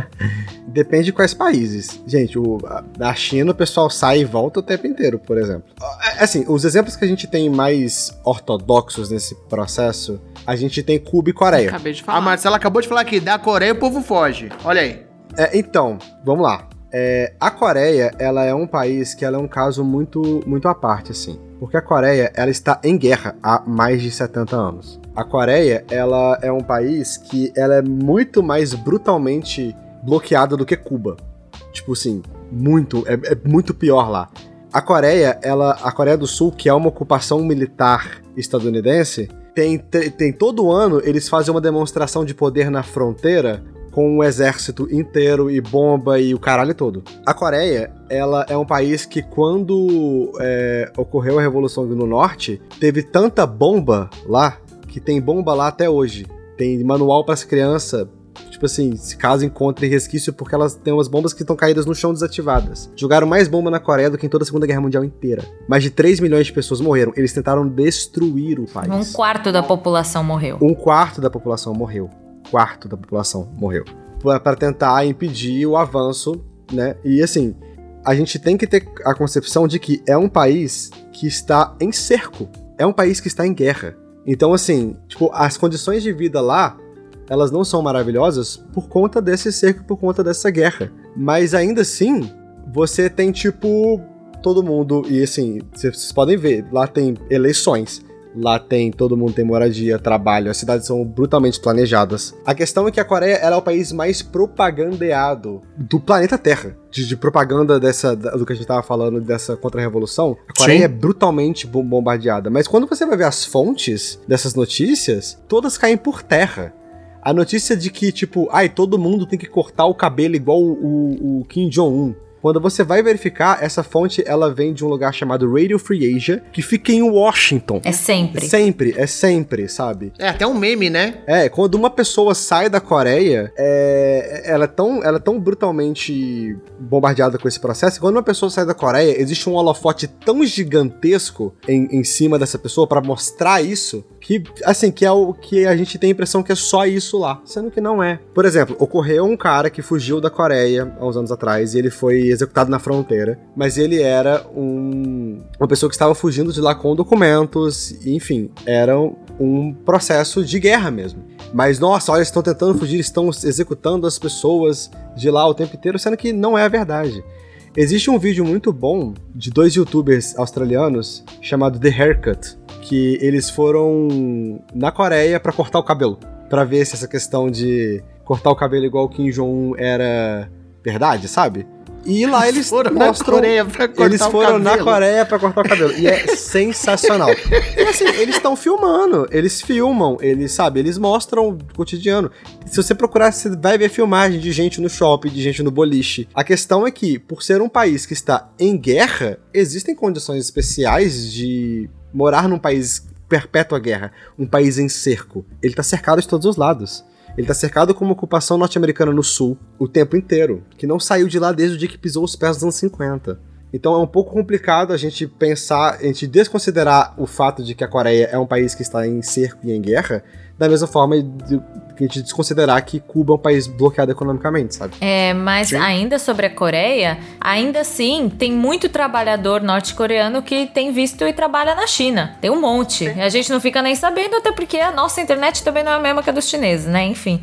Depende de quais países. Gente, o, a, a China o pessoal sai e volta o tempo inteiro, por exemplo. É, Assim, os exemplos que a gente tem mais ortodoxos nesse processo, a gente tem Cuba e Coreia. Acabei de A falar. Marcela acabou de falar aqui, da Coreia o povo foge. Olha aí. É, então, vamos lá. É, a Coreia, ela é um país que ela é um caso muito, muito à parte, assim. Porque a Coreia, ela está em guerra há mais de setenta anos. A Coreia, ela é um país que ela é muito mais brutalmente bloqueada do que Cuba. Tipo assim, muito, é, é muito pior lá. A Coreia, ela, a Coreia do Sul, que é uma ocupação militar estadunidense, tem, tem, tem todo ano eles fazem uma demonstração de poder na fronteira com o exército inteiro e bomba e o caralho todo. A Coreia, ela é um país que quando é, ocorreu a Revolução no Norte, teve tanta bomba lá, que tem bomba lá até hoje. Tem manual para as crianças, tipo assim, se caso encontre resquício, porque elas têm umas bombas que estão caídas no chão desativadas. Jogaram mais bomba na Coreia do que em toda a Segunda Guerra Mundial inteira. Mais de três milhões de pessoas morreram. Eles tentaram destruir o país. Um quarto da população morreu. Um quarto da população morreu. Quarto da população morreu. Para tentar impedir o avanço, né? E assim, a gente tem que ter a concepção de que é um país que está em cerco. É um país que está em guerra. Então, assim, tipo, as condições de vida lá, elas não são maravilhosas por conta desse cerco, por conta dessa guerra. Mas ainda assim, você tem, tipo, todo mundo, e assim, vocês podem ver, lá tem eleições. Lá tem, todo mundo tem moradia, trabalho, as cidades são brutalmente planejadas. A questão é que a Coreia ela é o país mais propagandeado do planeta Terra. De, de propaganda dessa, do que a gente tava falando, dessa contra-revolução. A Coreia Sim. é brutalmente bombardeada. Mas quando você vai ver as fontes dessas notícias, todas caem por terra. A notícia de que, tipo, ai, todo mundo tem que cortar o cabelo igual o, o, o Kim Jong-un. Quando você vai verificar, essa fonte, ela vem de um lugar chamado Radio Free Asia, que fica em Washington. É sempre. Sempre, é sempre, sabe? É até um meme, né? É, quando uma pessoa sai da Coreia, é, ela, é tão, ela é tão brutalmente bombardeada com esse processo, que quando uma pessoa sai da Coreia, existe um holofote tão gigantesco em, em cima dessa pessoa pra mostrar isso, que, assim, que é o que a gente tem a impressão que é só isso lá, sendo que não é. Por exemplo, ocorreu um cara que fugiu da Coreia há uns anos atrás, e ele foi executado na fronteira, mas ele era um, uma pessoa que estava fugindo de lá com documentos, enfim, era um processo de guerra mesmo. Mas, nossa, olha, eles estão tentando fugir, estão executando as pessoas de lá o tempo inteiro, sendo que não é a verdade. Existe um vídeo muito bom de dois youtubers australianos chamado The Haircut, que eles foram na Coreia pra cortar o cabelo, pra ver se essa questão de cortar o cabelo igual o Kim Jong-un era verdade, sabe? E lá eles foram mostram... na Coreia pra cortar eles o foram na cabelo. Coreia pra cortar o cabelo. E é sensacional. E assim, eles estão filmando. Eles filmam. Eles, sabe, eles mostram o cotidiano. Se você procurar, você vai ver filmagem de gente no shopping, de gente no boliche. A questão é que, por ser um país que está em guerra, existem condições especiais de morar num país perpétua guerra. Um país em cerco. Ele tá cercado de todos os lados. Ele tá cercado com uma ocupação norte-americana no sul o tempo inteiro, que não saiu de lá desde o dia que pisou os pés dos anos cinquenta. Então é um pouco complicado a gente pensar, a gente desconsiderar o fato de que a Coreia é um país que está em cerco e em guerra, da mesma forma de que a gente desconsiderar que Cuba é um país bloqueado economicamente, sabe? É, mas Sim. ainda sobre a Coreia, ainda assim, tem muito trabalhador norte-coreano que tem visto e trabalha na China. Tem um monte. E a gente não fica nem sabendo, até porque a nossa internet também não é a mesma que a dos chineses, né? Enfim.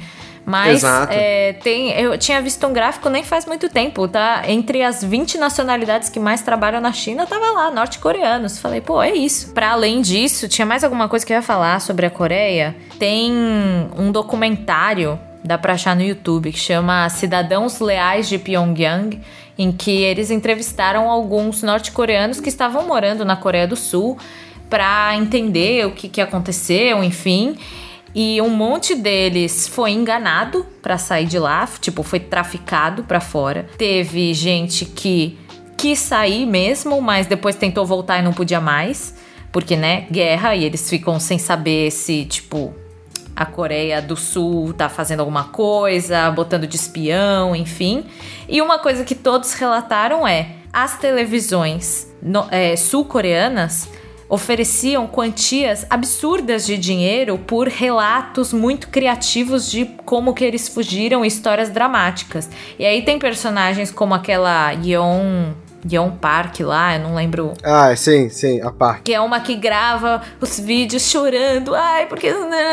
Mas Exato. é, tem, eu tinha visto um gráfico nem faz muito tempo, tá? Entre as vinte nacionalidades que mais trabalham na China, tava lá, norte-coreanos. Falei, pô, é isso. Pra além disso, tinha mais alguma coisa que eu ia falar sobre a Coreia? Tem um documentário, dá pra achar no YouTube, que chama Cidadãos Leais de Pyongyang, em que eles entrevistaram alguns norte-coreanos que estavam morando na Coreia do Sul pra entender o que, que aconteceu, enfim. E um monte deles foi enganado pra sair de lá, tipo, foi traficado pra fora. Teve gente que quis sair mesmo, mas depois tentou voltar e não podia mais, porque, né, guerra, e eles ficam sem saber se, tipo, a Coreia do Sul tá fazendo alguma coisa, botando de espião, enfim. E uma coisa que todos relataram é, as televisões no, é, sul-coreanas ofereciam quantias absurdas de dinheiro por relatos muito criativos de como que eles fugiram, histórias dramáticas. E aí tem personagens como aquela Yeon... Yeon Park lá, eu não lembro. Ah, sim, sim, a Park. Que é uma que grava os vídeos chorando, ai, porque...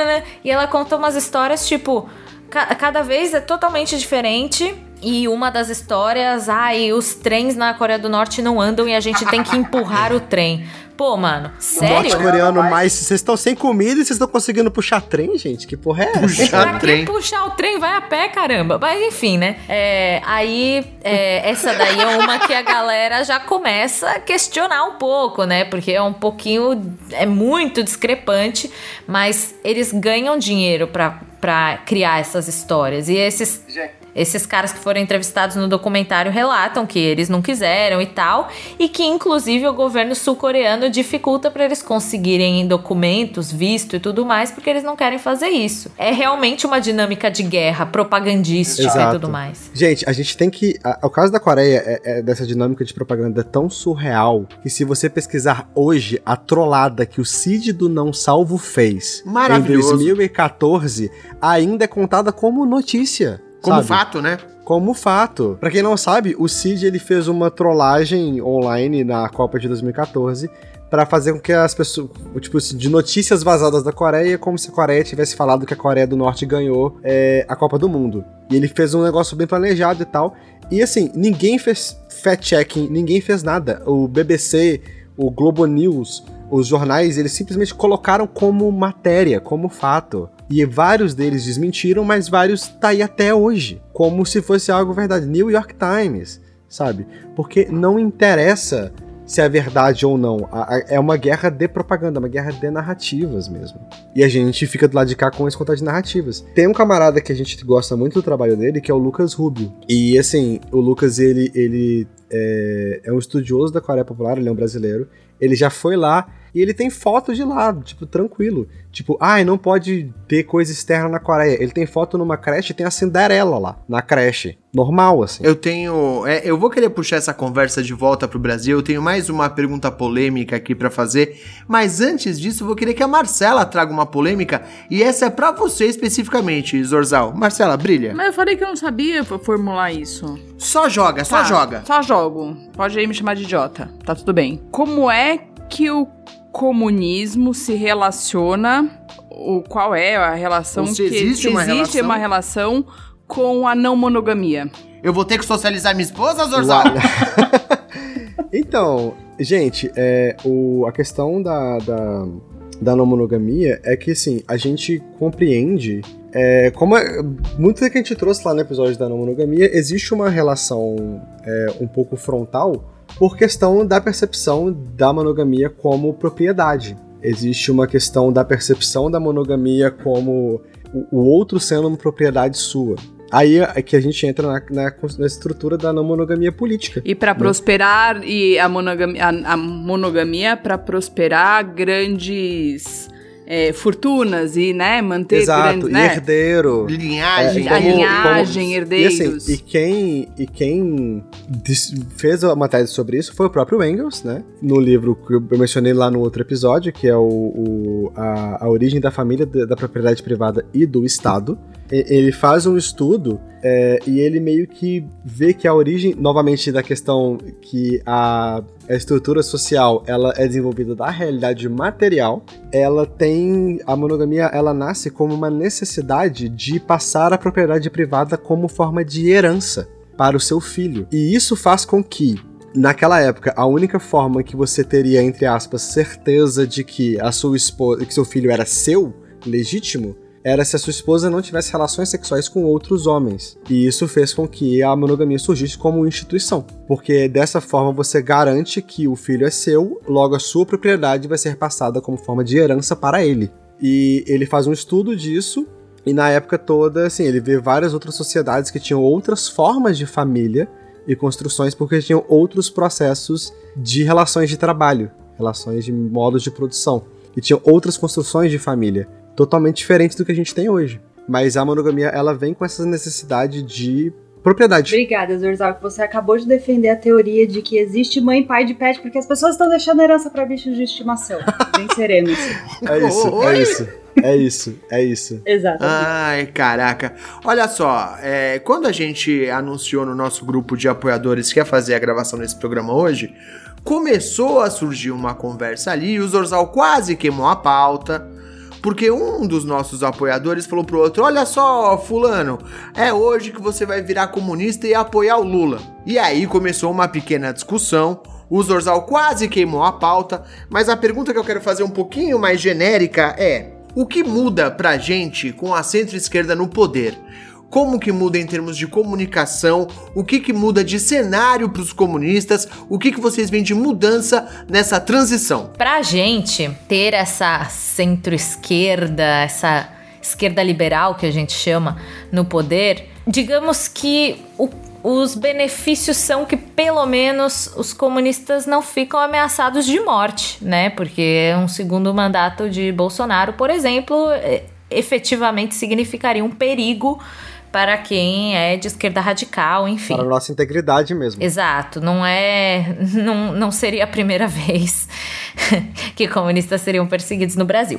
E ela conta umas histórias, tipo, ca- cada vez é totalmente diferente. E uma das histórias, ai, os trens na Coreia do Norte não andam e a gente tem que empurrar o trem. Pô, mano, sério? Norte-coreano, mas vocês estão sem comida e vocês estão conseguindo puxar trem, gente? Que porra é essa? Puxar Pra trem. que puxar o trem? Vai a pé, caramba. Mas enfim, né? É, aí, é, essa daí é uma que a galera já começa a questionar um pouco, né? Porque é um pouquinho... É muito discrepante, mas eles ganham dinheiro pra, pra criar essas histórias. E esses... Esses caras que foram entrevistados no documentário relatam que eles não quiseram e tal, e que inclusive o governo sul-coreano dificulta para eles conseguirem documentos, visto e tudo mais, porque eles não querem fazer isso. É realmente uma dinâmica de guerra, propagandística Exato. E tudo mais. Gente, a gente tem que... A, o caso da Coreia, é, é dessa dinâmica de propaganda tão surreal, que se você pesquisar hoje a trollada que o Cid do Não Salvo fez em dois mil e quatorze, ainda é contada como notícia. Como sabe? fato, né? Como fato. Pra quem não sabe, o Cid ele fez uma trollagem online na Copa de dois mil e quatorze pra fazer com que as pessoas, tipo assim, de notícias vazadas da Coreia, como se a Coreia tivesse falado que a Coreia do Norte ganhou é, a Copa do Mundo. E ele fez um negócio bem planejado e tal. E assim, ninguém fez fact-checking, ninguém fez nada. O B B C, o Globo News, os jornais, eles simplesmente colocaram como matéria, como fato. E vários deles desmentiram, mas vários tá aí até hoje, como se fosse algo verdade. New York Times, sabe? Porque não interessa se é verdade ou não. É uma guerra de propaganda, uma guerra de narrativas mesmo. E a gente fica do lado de cá com esse contato de narrativas. Tem um camarada que a gente gosta muito do trabalho dele, que é o Lucas Rubio. E assim, o Lucas, ele, ele é, é um estudioso da Coreia Popular, ele é um brasileiro. Ele já foi lá e ele tem foto de lá, tipo, tranquilo. Tipo, ai, ah, não pode ter coisa externa na Coreia. Ele tem foto numa creche e tem a Cinderela lá, na creche. Normal, assim. Eu tenho... É, eu vou querer puxar essa conversa de volta pro Brasil. Eu tenho mais uma pergunta polêmica aqui pra fazer. Mas antes disso, eu vou querer que a Marcela traga uma polêmica. E essa é pra você especificamente, Zorzal. Marcela, brilha. Mas eu falei que eu não sabia formular isso. Só joga, só Tá, joga. Só jogo. Pode aí me chamar de idiota. Tá tudo bem. Como é que o comunismo se relaciona, o qual é a relação Ou se que existe se uma existe relação? uma relação com a não monogamia? Eu vou ter que socializar minha esposa, Zorzal? Então, gente, é, o, a questão da, da, da não monogamia é que, assim, a gente compreende, é, como é, muito do que a gente trouxe lá no episódio da não monogamia, existe uma relação é, um pouco frontal por questão da percepção da monogamia como propriedade. Existe uma questão da percepção da monogamia como o, o outro sendo uma propriedade sua. Aí é que a gente entra na, na, na estrutura da não monogamia política. E para né? prosperar, e a monogamia, a, a monogamia para prosperar grandes é, fortunas e, né, manter Exato, grandes, e né? herdeiro. Linhagem. A linhagem, herdeiros. E, assim, e quem, e quem fez a matéria sobre isso foi o próprio Engels, né? No livro que eu mencionei lá no outro episódio, que é o, o, a, a origem da família, da, da propriedade privada e do Estado. Ele faz um estudo É, e ele meio que vê que a origem, novamente, da questão que a, a estrutura social ela é desenvolvida da realidade material, ela tem, a monogamia ela nasce como uma necessidade de passar a propriedade privada como forma de herança para o seu filho. E isso faz com que, naquela época, a única forma que você teria, entre aspas, certeza de que a sua esposa, que seu filho era seu, legítimo, era se a sua esposa não tivesse relações sexuais com outros homens. E isso fez com que a monogamia surgisse como instituição. Porque dessa forma você garante que o filho é seu, logo a sua propriedade vai ser passada como forma de herança para ele. E ele faz um estudo disso, e na época toda, assim, ele vê várias outras sociedades que tinham outras formas de família e construções porque tinham outros processos de relações de trabalho, relações de modos de produção. E tinham outras construções de família, totalmente diferentes do que a gente tem hoje. Mas a monogamia, ela vem com essa necessidade de propriedade. Obrigada, Zorzal, que você acabou de defender a teoria de que existe mãe e pai de pet porque as pessoas estão deixando herança para bichos de estimação. Venceremos. É isso, é isso. É isso, é isso. Exatamente. Ai, caraca. Olha só, é, quando a gente anunciou no nosso grupo de apoiadores que ia fazer a gravação desse programa hoje, começou a surgir uma conversa ali e o Zorzal quase queimou a pauta, porque um dos nossos apoiadores falou pro outro: olha só, fulano, é hoje que você vai virar comunista e apoiar o Lula. E aí começou uma pequena discussão, o Zorzal quase queimou a pauta, mas a pergunta que eu quero fazer um pouquinho mais genérica é: o que muda pra gente com a centro-esquerda no poder? Como que muda em termos de comunicação? O que que muda de cenário pros comunistas? O que que vocês veem de mudança nessa transição? Pra gente ter essa centro-esquerda, essa esquerda liberal que a gente chama no poder, digamos que o os benefícios são que, pelo menos, os comunistas não ficam ameaçados de morte, né? Porque um segundo mandato de Bolsonaro, por exemplo, efetivamente significaria um perigo para quem é de esquerda radical, enfim. Para a nossa integridade mesmo. Exato, não é, não, não seria a primeira vez que comunistas seriam perseguidos no Brasil.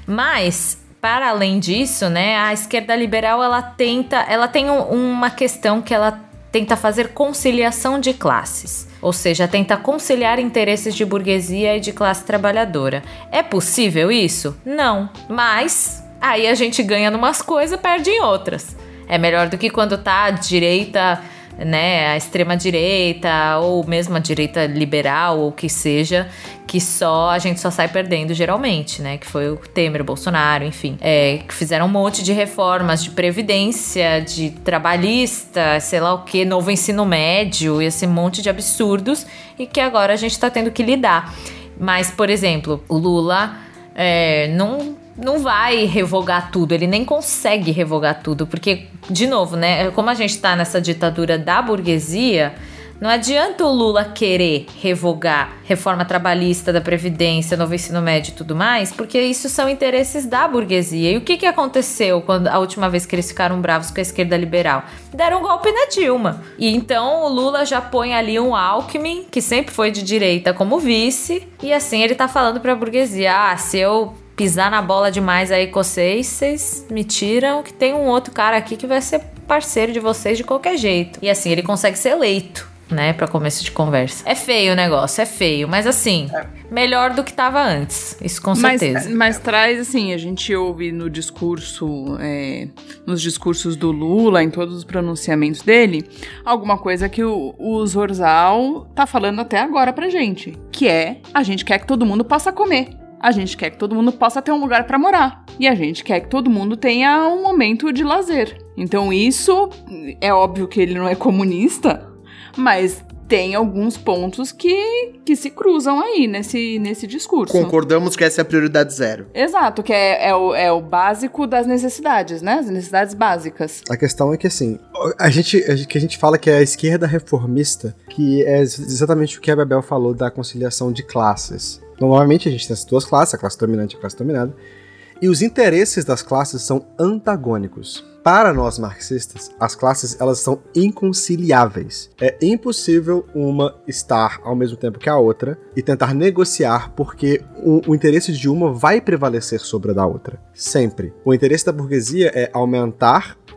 Mas, para além disso, né, a esquerda liberal, ela tenta, ela tem um, uma questão que ela tenta fazer conciliação de classes, ou seja, tenta conciliar interesses de burguesia e de classe trabalhadora. É possível isso? Não, mas aí a gente ganha numas coisas e perde em outras. É melhor do que quando tá a direita, né, a extrema-direita, ou mesmo a direita liberal, ou o que seja, que só a gente só sai perdendo geralmente, né, que foi o Temer, o Bolsonaro, enfim, é, que fizeram um monte de reformas de previdência, de trabalhista, sei lá o que, novo ensino médio, esse monte de absurdos, e que agora a gente tá tendo que lidar. Mas, por exemplo, o Lula é, não... não vai revogar tudo, ele nem consegue revogar tudo, porque, de novo, né, como a gente tá nessa ditadura da burguesia, não adianta o Lula querer revogar reforma trabalhista, da Previdência, novo ensino médio e tudo mais, porque isso são interesses da burguesia. E o que que aconteceu quando a última vez que eles ficaram bravos com a esquerda liberal? Deram um golpe na Dilma. E então o Lula já põe ali um Alckmin, que sempre foi de direita, como vice, e assim ele tá falando pra burguesia: ah, se eu pisar na bola demais aí com vocês, vocês me tiram, que tem um outro cara aqui que vai ser parceiro de vocês de qualquer jeito. E assim, ele consegue ser eleito, né, pra começo de conversa. É feio o negócio, é feio, mas assim, é. melhor do que tava antes, isso com certeza. Mas, mas traz, assim, a gente ouve no discurso, é, nos discursos do Lula, em todos os pronunciamentos dele, alguma coisa que o, o Zorzal tá falando até agora pra gente, que é: a gente quer que todo mundo possa comer. A gente quer que todo mundo possa ter um lugar pra morar. E a gente quer que todo mundo tenha um momento de lazer. Então isso, é óbvio que ele não é comunista, mas tem alguns pontos que, que se cruzam aí nesse, nesse discurso. Concordamos que essa é a prioridade zero. Exato, que é, é, o, é o básico das necessidades, né? As necessidades básicas. A questão é que, assim, a gente, a gente, que a gente fala que é a esquerda reformista, que é exatamente o que a Bebel falou da conciliação de classes. Normalmente a gente tem essas duas classes, a classe dominante e a classe dominada, e os interesses das classes são antagônicos. Para nós marxistas, as classes elas são inconciliáveis. É impossível uma estar ao mesmo tempo que a outra e tentar negociar, porque o, o interesse de uma vai prevalecer sobre a da outra. Sempre. O interesse da burguesia é aumentar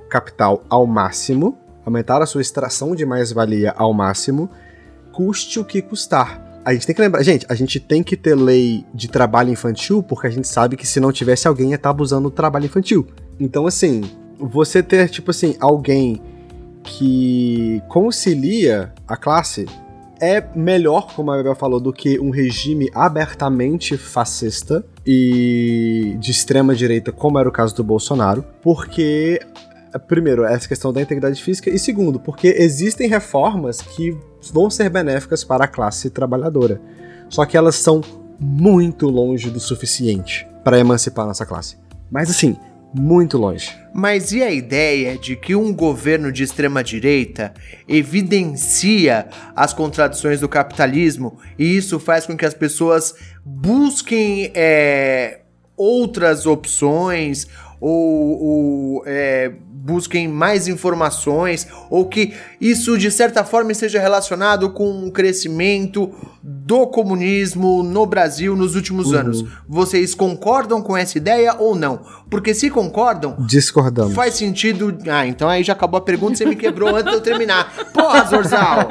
capital ao máximo, aumentar a sua extração de mais-valia ao máximo, custe o que custar. A gente tem que lembrar, gente, a gente tem que ter lei de trabalho infantil porque a gente sabe que se não tivesse alguém ia estar abusando do trabalho infantil. Então, assim, você ter, tipo assim, alguém que concilia a classe é melhor, como a Bebel falou, do que um regime abertamente fascista e de extrema direita, como era o caso do Bolsonaro, porque, primeiro, essa questão da integridade física, e segundo, porque existem reformas que vão ser benéficas para a classe trabalhadora, só que elas são muito longe do suficiente para emancipar a nossa classe. Mas assim, muito longe. Mas e a ideia de que um governo de extrema-direita evidencia as contradições do capitalismo e isso faz com que as pessoas busquem é, outras opções ou, ou é, busquem mais informações, ou que isso de certa forma esteja relacionado com o crescimento do comunismo no Brasil nos últimos Uhum. anos? Vocês concordam com essa ideia ou não? Porque se concordam, Discordamos. faz sentido... Ah, então aí já acabou a pergunta, você me quebrou antes de eu terminar. Porra, Zorzal!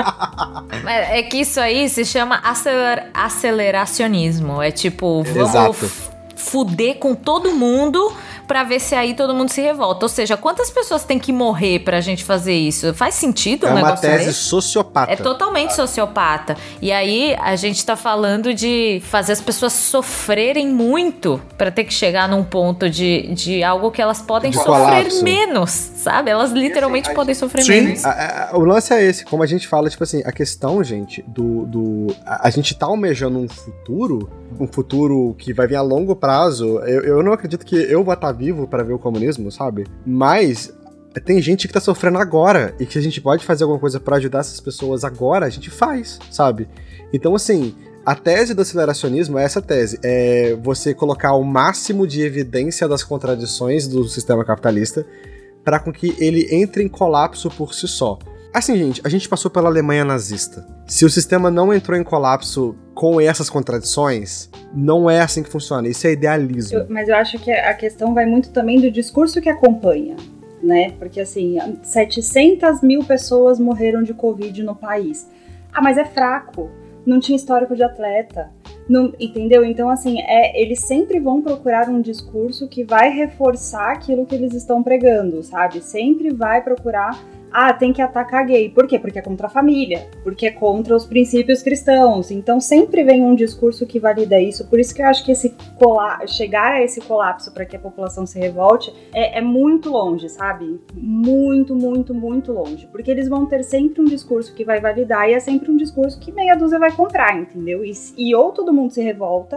É é que isso aí se chama aceler- aceleracionismo. É tipo, vamos Exato. f- fuder com todo mundo pra ver se aí todo mundo se revolta. Ou seja, quantas pessoas tem que morrer pra gente fazer isso? Faz sentido É um uma negócio tese desse? sociopata. É totalmente sociopata. E aí a gente tá falando de fazer as pessoas sofrerem muito pra ter que chegar num ponto de, de algo que elas podem De sofrer colapso. menos, sabe? Elas literalmente podem sofrer Sim. menos. A- a- o lance é esse, como a gente fala, tipo assim, a questão, gente, do... do a, a gente tá almejando um futuro, um futuro que vai vir a longo prazo. Eu, eu não acredito que eu vou estar vivo pra ver o comunismo, sabe? Mas tem gente que tá sofrendo agora e que a gente pode fazer alguma coisa pra ajudar essas pessoas agora, a gente faz, sabe? Então, assim, a tese do aceleracionismo é essa tese, é você colocar o máximo de evidência das contradições do sistema capitalista para com que ele entre em colapso por si só. Assim, gente, a gente passou pela Alemanha nazista. Se o sistema não entrou em colapso com essas contradições, não é assim que funciona. Isso é idealismo. Eu- mas eu acho que a questão vai muito também do discurso que acompanha, né? Porque, assim, setecentas mil pessoas morreram de Covid no país. Ah, mas é fraco. Não tinha histórico de atleta. Não, entendeu? Então, assim, é, eles sempre vão procurar um discurso que vai reforçar aquilo que eles estão pregando, sabe? Sempre vai procurar... Ah, tem que atacar gay. Por quê? Porque é contra a família. Porque é contra os princípios cristãos. Então sempre vem um discurso que valida isso. Por isso que eu acho que esse cola- chegar a esse colapso para que a população se revolte é, é muito longe, sabe? Muito, muito, muito longe. Porque eles vão ter sempre um discurso que vai validar e é sempre um discurso que meia dúzia vai comprar, entendeu? E, e ou todo mundo se revolta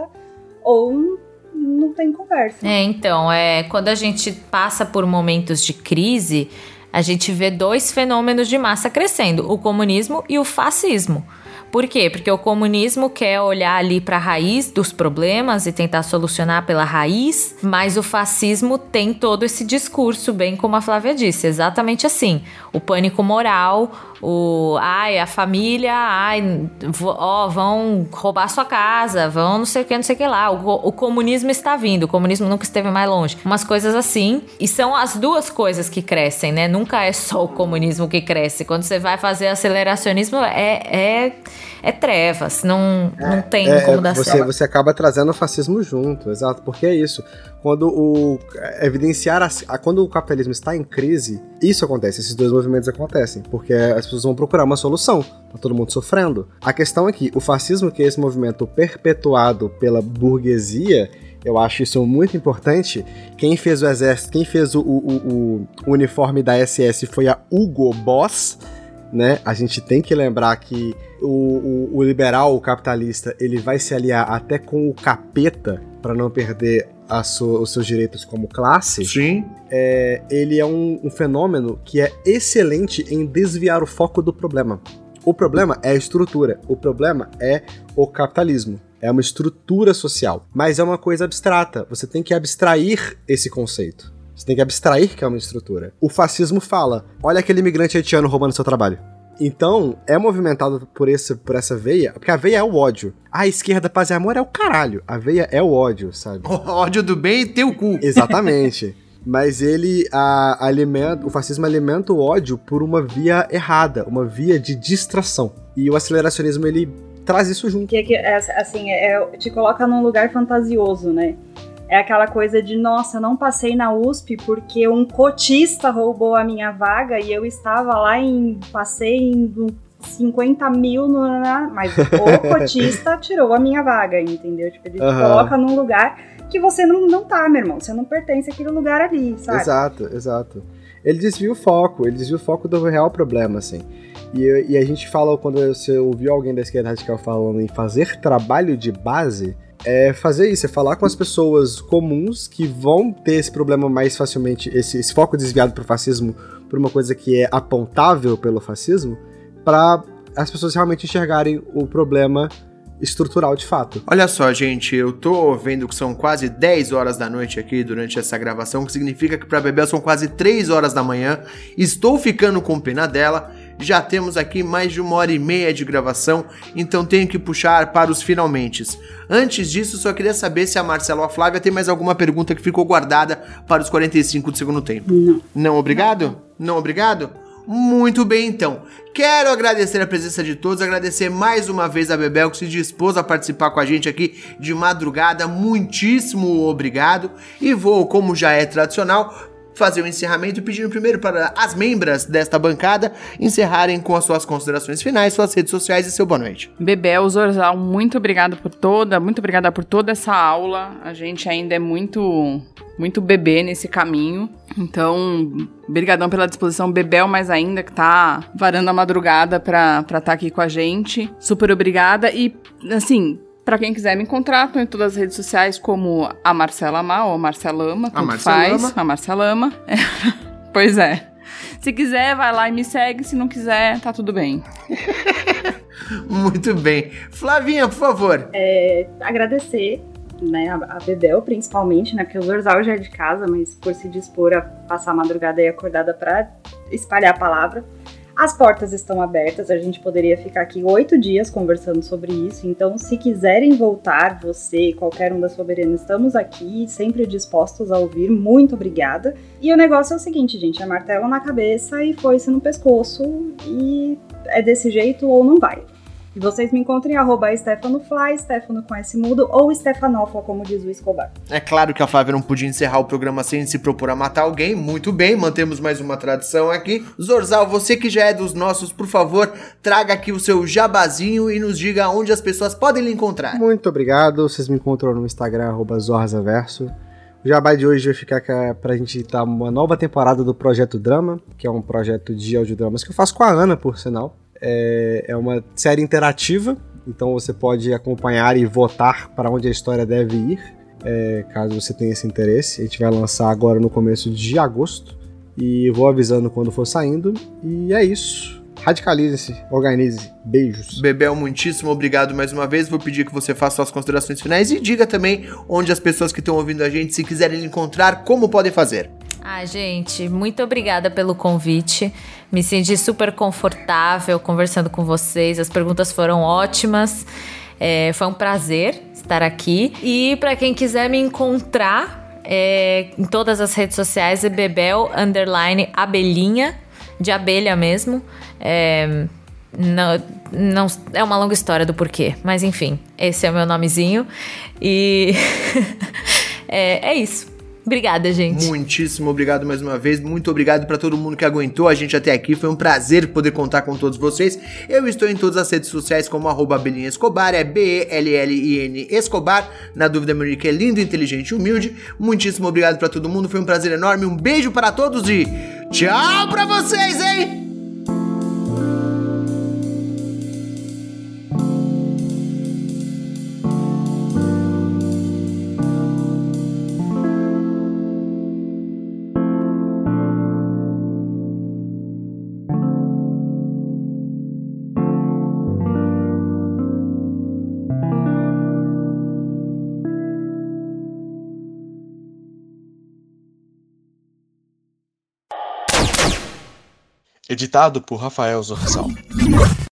ou não tem conversa. É, então, é, quando a gente passa por momentos de crise, a gente vê dois fenômenos de massa crescendo, o comunismo e o fascismo. Por quê? Porque o comunismo quer olhar ali para a raiz dos problemas e tentar solucionar pela raiz, mas o fascismo tem todo esse discurso, bem como a Flávia disse, exatamente assim. O pânico moral, o ai, a família, ai, vo- ó, vão roubar sua casa, vão não sei o que, não sei o que lá. O, o comunismo está vindo, o comunismo nunca esteve mais longe. Umas coisas assim. E são as duas coisas que crescem, né? Nunca é só o comunismo que cresce. Quando você vai fazer aceleracionismo, é, é, é trevas. Não, não tem É, como dar você, certo. você acaba trazendo o fascismo junto, exato, porque é isso. Quando o evidenciar a, a- quando o capitalismo está em crise, isso acontece, esses dois movimentos acontecem, porque as pessoas vão procurar uma solução, tá todo mundo sofrendo. A questão é que o fascismo, que é esse movimento perpetuado pela burguesia, eu acho isso muito importante. Quem fez o exército, quem fez o, o, o, o uniforme da S S foi a Hugo Boss, né? A gente tem que lembrar que o, o, o liberal, o capitalista, ele vai se aliar até com o capeta para não perder a sua, os seus direitos como classe. Sim. É, ele é um, um fenômeno que é excelente em desviar o foco do problema. O problema é a estrutura, o problema é o capitalismo. É uma estrutura social, mas é uma coisa abstrata. Você tem que abstrair esse conceito. Você tem que abstrair que é uma estrutura. O fascismo fala, olha aquele imigrante haitiano roubando seu trabalho. Então, é movimentado por, esse, por essa veia, porque a veia é o ódio. A esquerda, paz e amor é o caralho. A veia é o ódio, sabe? O ódio do bem e teu cu. Exatamente. mas ele a, alimenta, o fascismo alimenta o ódio por uma via errada, uma via de distração. E o aceleracionismo, ele traz isso junto. Que, que é, assim, é, te coloca num lugar fantasioso, né? É aquela coisa de, nossa, eu não passei na U S P porque um cotista roubou a minha vaga e eu estava lá em, passei em cinquenta mil, no, mas o cotista tirou a minha vaga, entendeu? Tipo, ele uhum. te coloca num lugar que você não, não tá, meu irmão, você não pertence àquele lugar ali, sabe? Exato, exato. Ele desvia o foco, ele desvia o foco do real problema, assim. E, e a gente fala, quando você ouviu alguém da esquerda radical falando em fazer trabalho de base, é fazer isso, é falar com as pessoas comuns que vão ter esse problema mais facilmente, esse, esse foco desviado pro fascismo, por uma coisa que é apontável pelo fascismo, para as pessoas realmente enxergarem o problema estrutural de fato. Olha só, gente, eu tô vendo que são quase dez horas da noite aqui durante essa gravação, que significa que pra Bebel são quase três horas da manhã. Estou ficando com pena dela. Já temos aqui mais de uma hora e meia de gravação, então tenho que puxar para os finalmentes. Antes disso, só queria saber se a Marcela ou a Flávia tem mais alguma pergunta que ficou guardada para os quarenta e cinco do segundo tempo. Não. Não, obrigado? Não, obrigado? Muito bem, então. Quero agradecer a presença de todos, agradecer mais uma vez a Bebel que se dispôs a participar com a gente aqui de madrugada. Muitíssimo obrigado. E vou, como já é tradicional, fazer o encerramento pedindo primeiro para as membras desta bancada encerrarem com as suas considerações finais, suas redes sociais e seu boa noite. Bebel, Zorzal, muito obrigada por toda, muito obrigada por toda essa aula. A gente ainda é muito, muito bebê nesse caminho. Então, brigadão pela disposição, Bebel mais ainda, que tá varando a madrugada pra estar tá aqui com a gente. Super obrigada e, assim, pra quem quiser me encontrar, tô em todas as redes sociais como a Marcela Má ou a Marcelama, tanto a faz. A Marcelama. É. Pois é. Se quiser, vai lá e me segue. Se não quiser, tá tudo bem. Muito bem. Flavinha, por favor. É, agradecer, né, a Bebel principalmente, né, porque o Zorzal já é de casa, mas por se dispor a passar a madrugada aí acordada pra espalhar a palavra. As portas estão abertas, a gente poderia ficar aqui oito dias conversando sobre isso, então se quiserem voltar, você, qualquer um da Soberana, estamos aqui, sempre dispostos a ouvir, muito obrigada. E o negócio é o seguinte, gente, é martelo na cabeça e foice no pescoço, e é desse jeito ou não vai. E vocês me encontrem em arroba StefanoFly, Stefano com S mudo, ou Stefanófila, como diz o Escobar. É claro que a Flávia não podia encerrar o programa sem se propor a matar alguém. Muito bem, mantemos mais uma tradição aqui. Zorzal, você que já é dos nossos, por favor, traga aqui o seu jabazinho e nos diga onde as pessoas podem lhe encontrar. Muito obrigado, vocês me encontram no Instagram, arroba Zorzaverso. O jabá de hoje vai ficar pra gente estar uma nova temporada do Projeto Drama, que é um projeto de audiodramas que eu faço com a Ana, por sinal. É, é uma série interativa, então você pode acompanhar e votar para onde a história deve ir, é, caso você tenha esse interesse. A gente vai lançar agora no começo de agosto e vou avisando quando for saindo. E é isso. Radicalize-se, organize. Beijos. Bebel, muitíssimo obrigado mais uma vez. Vou pedir que você faça suas considerações finais e diga também onde as pessoas que estão ouvindo a gente, se quiserem encontrar, como podem fazer. Ah, gente, muito obrigada pelo convite. Me senti super confortável conversando com vocês. As perguntas foram ótimas. É, foi um prazer estar aqui. E para quem quiser me encontrar é, em todas as redes sociais é Bebel underline abelhinha, de abelha mesmo. É, não, não, é uma longa história do porquê, mas enfim, esse é o meu nomezinho. E é, é isso. Obrigada, gente. Muitíssimo obrigado mais uma vez. Muito obrigado pra todo mundo que aguentou a gente até aqui. Foi um prazer poder contar com todos vocês. Eu estou em todas as redes sociais como arroba Abelhinha Escobar. É B E L L I N Escobar. Na dúvida, meu nick é lindo, inteligente e humilde. Muitíssimo obrigado pra todo mundo. Foi um prazer enorme. Um beijo para todos e tchau pra vocês, hein? Editado por Rafael Zorzal.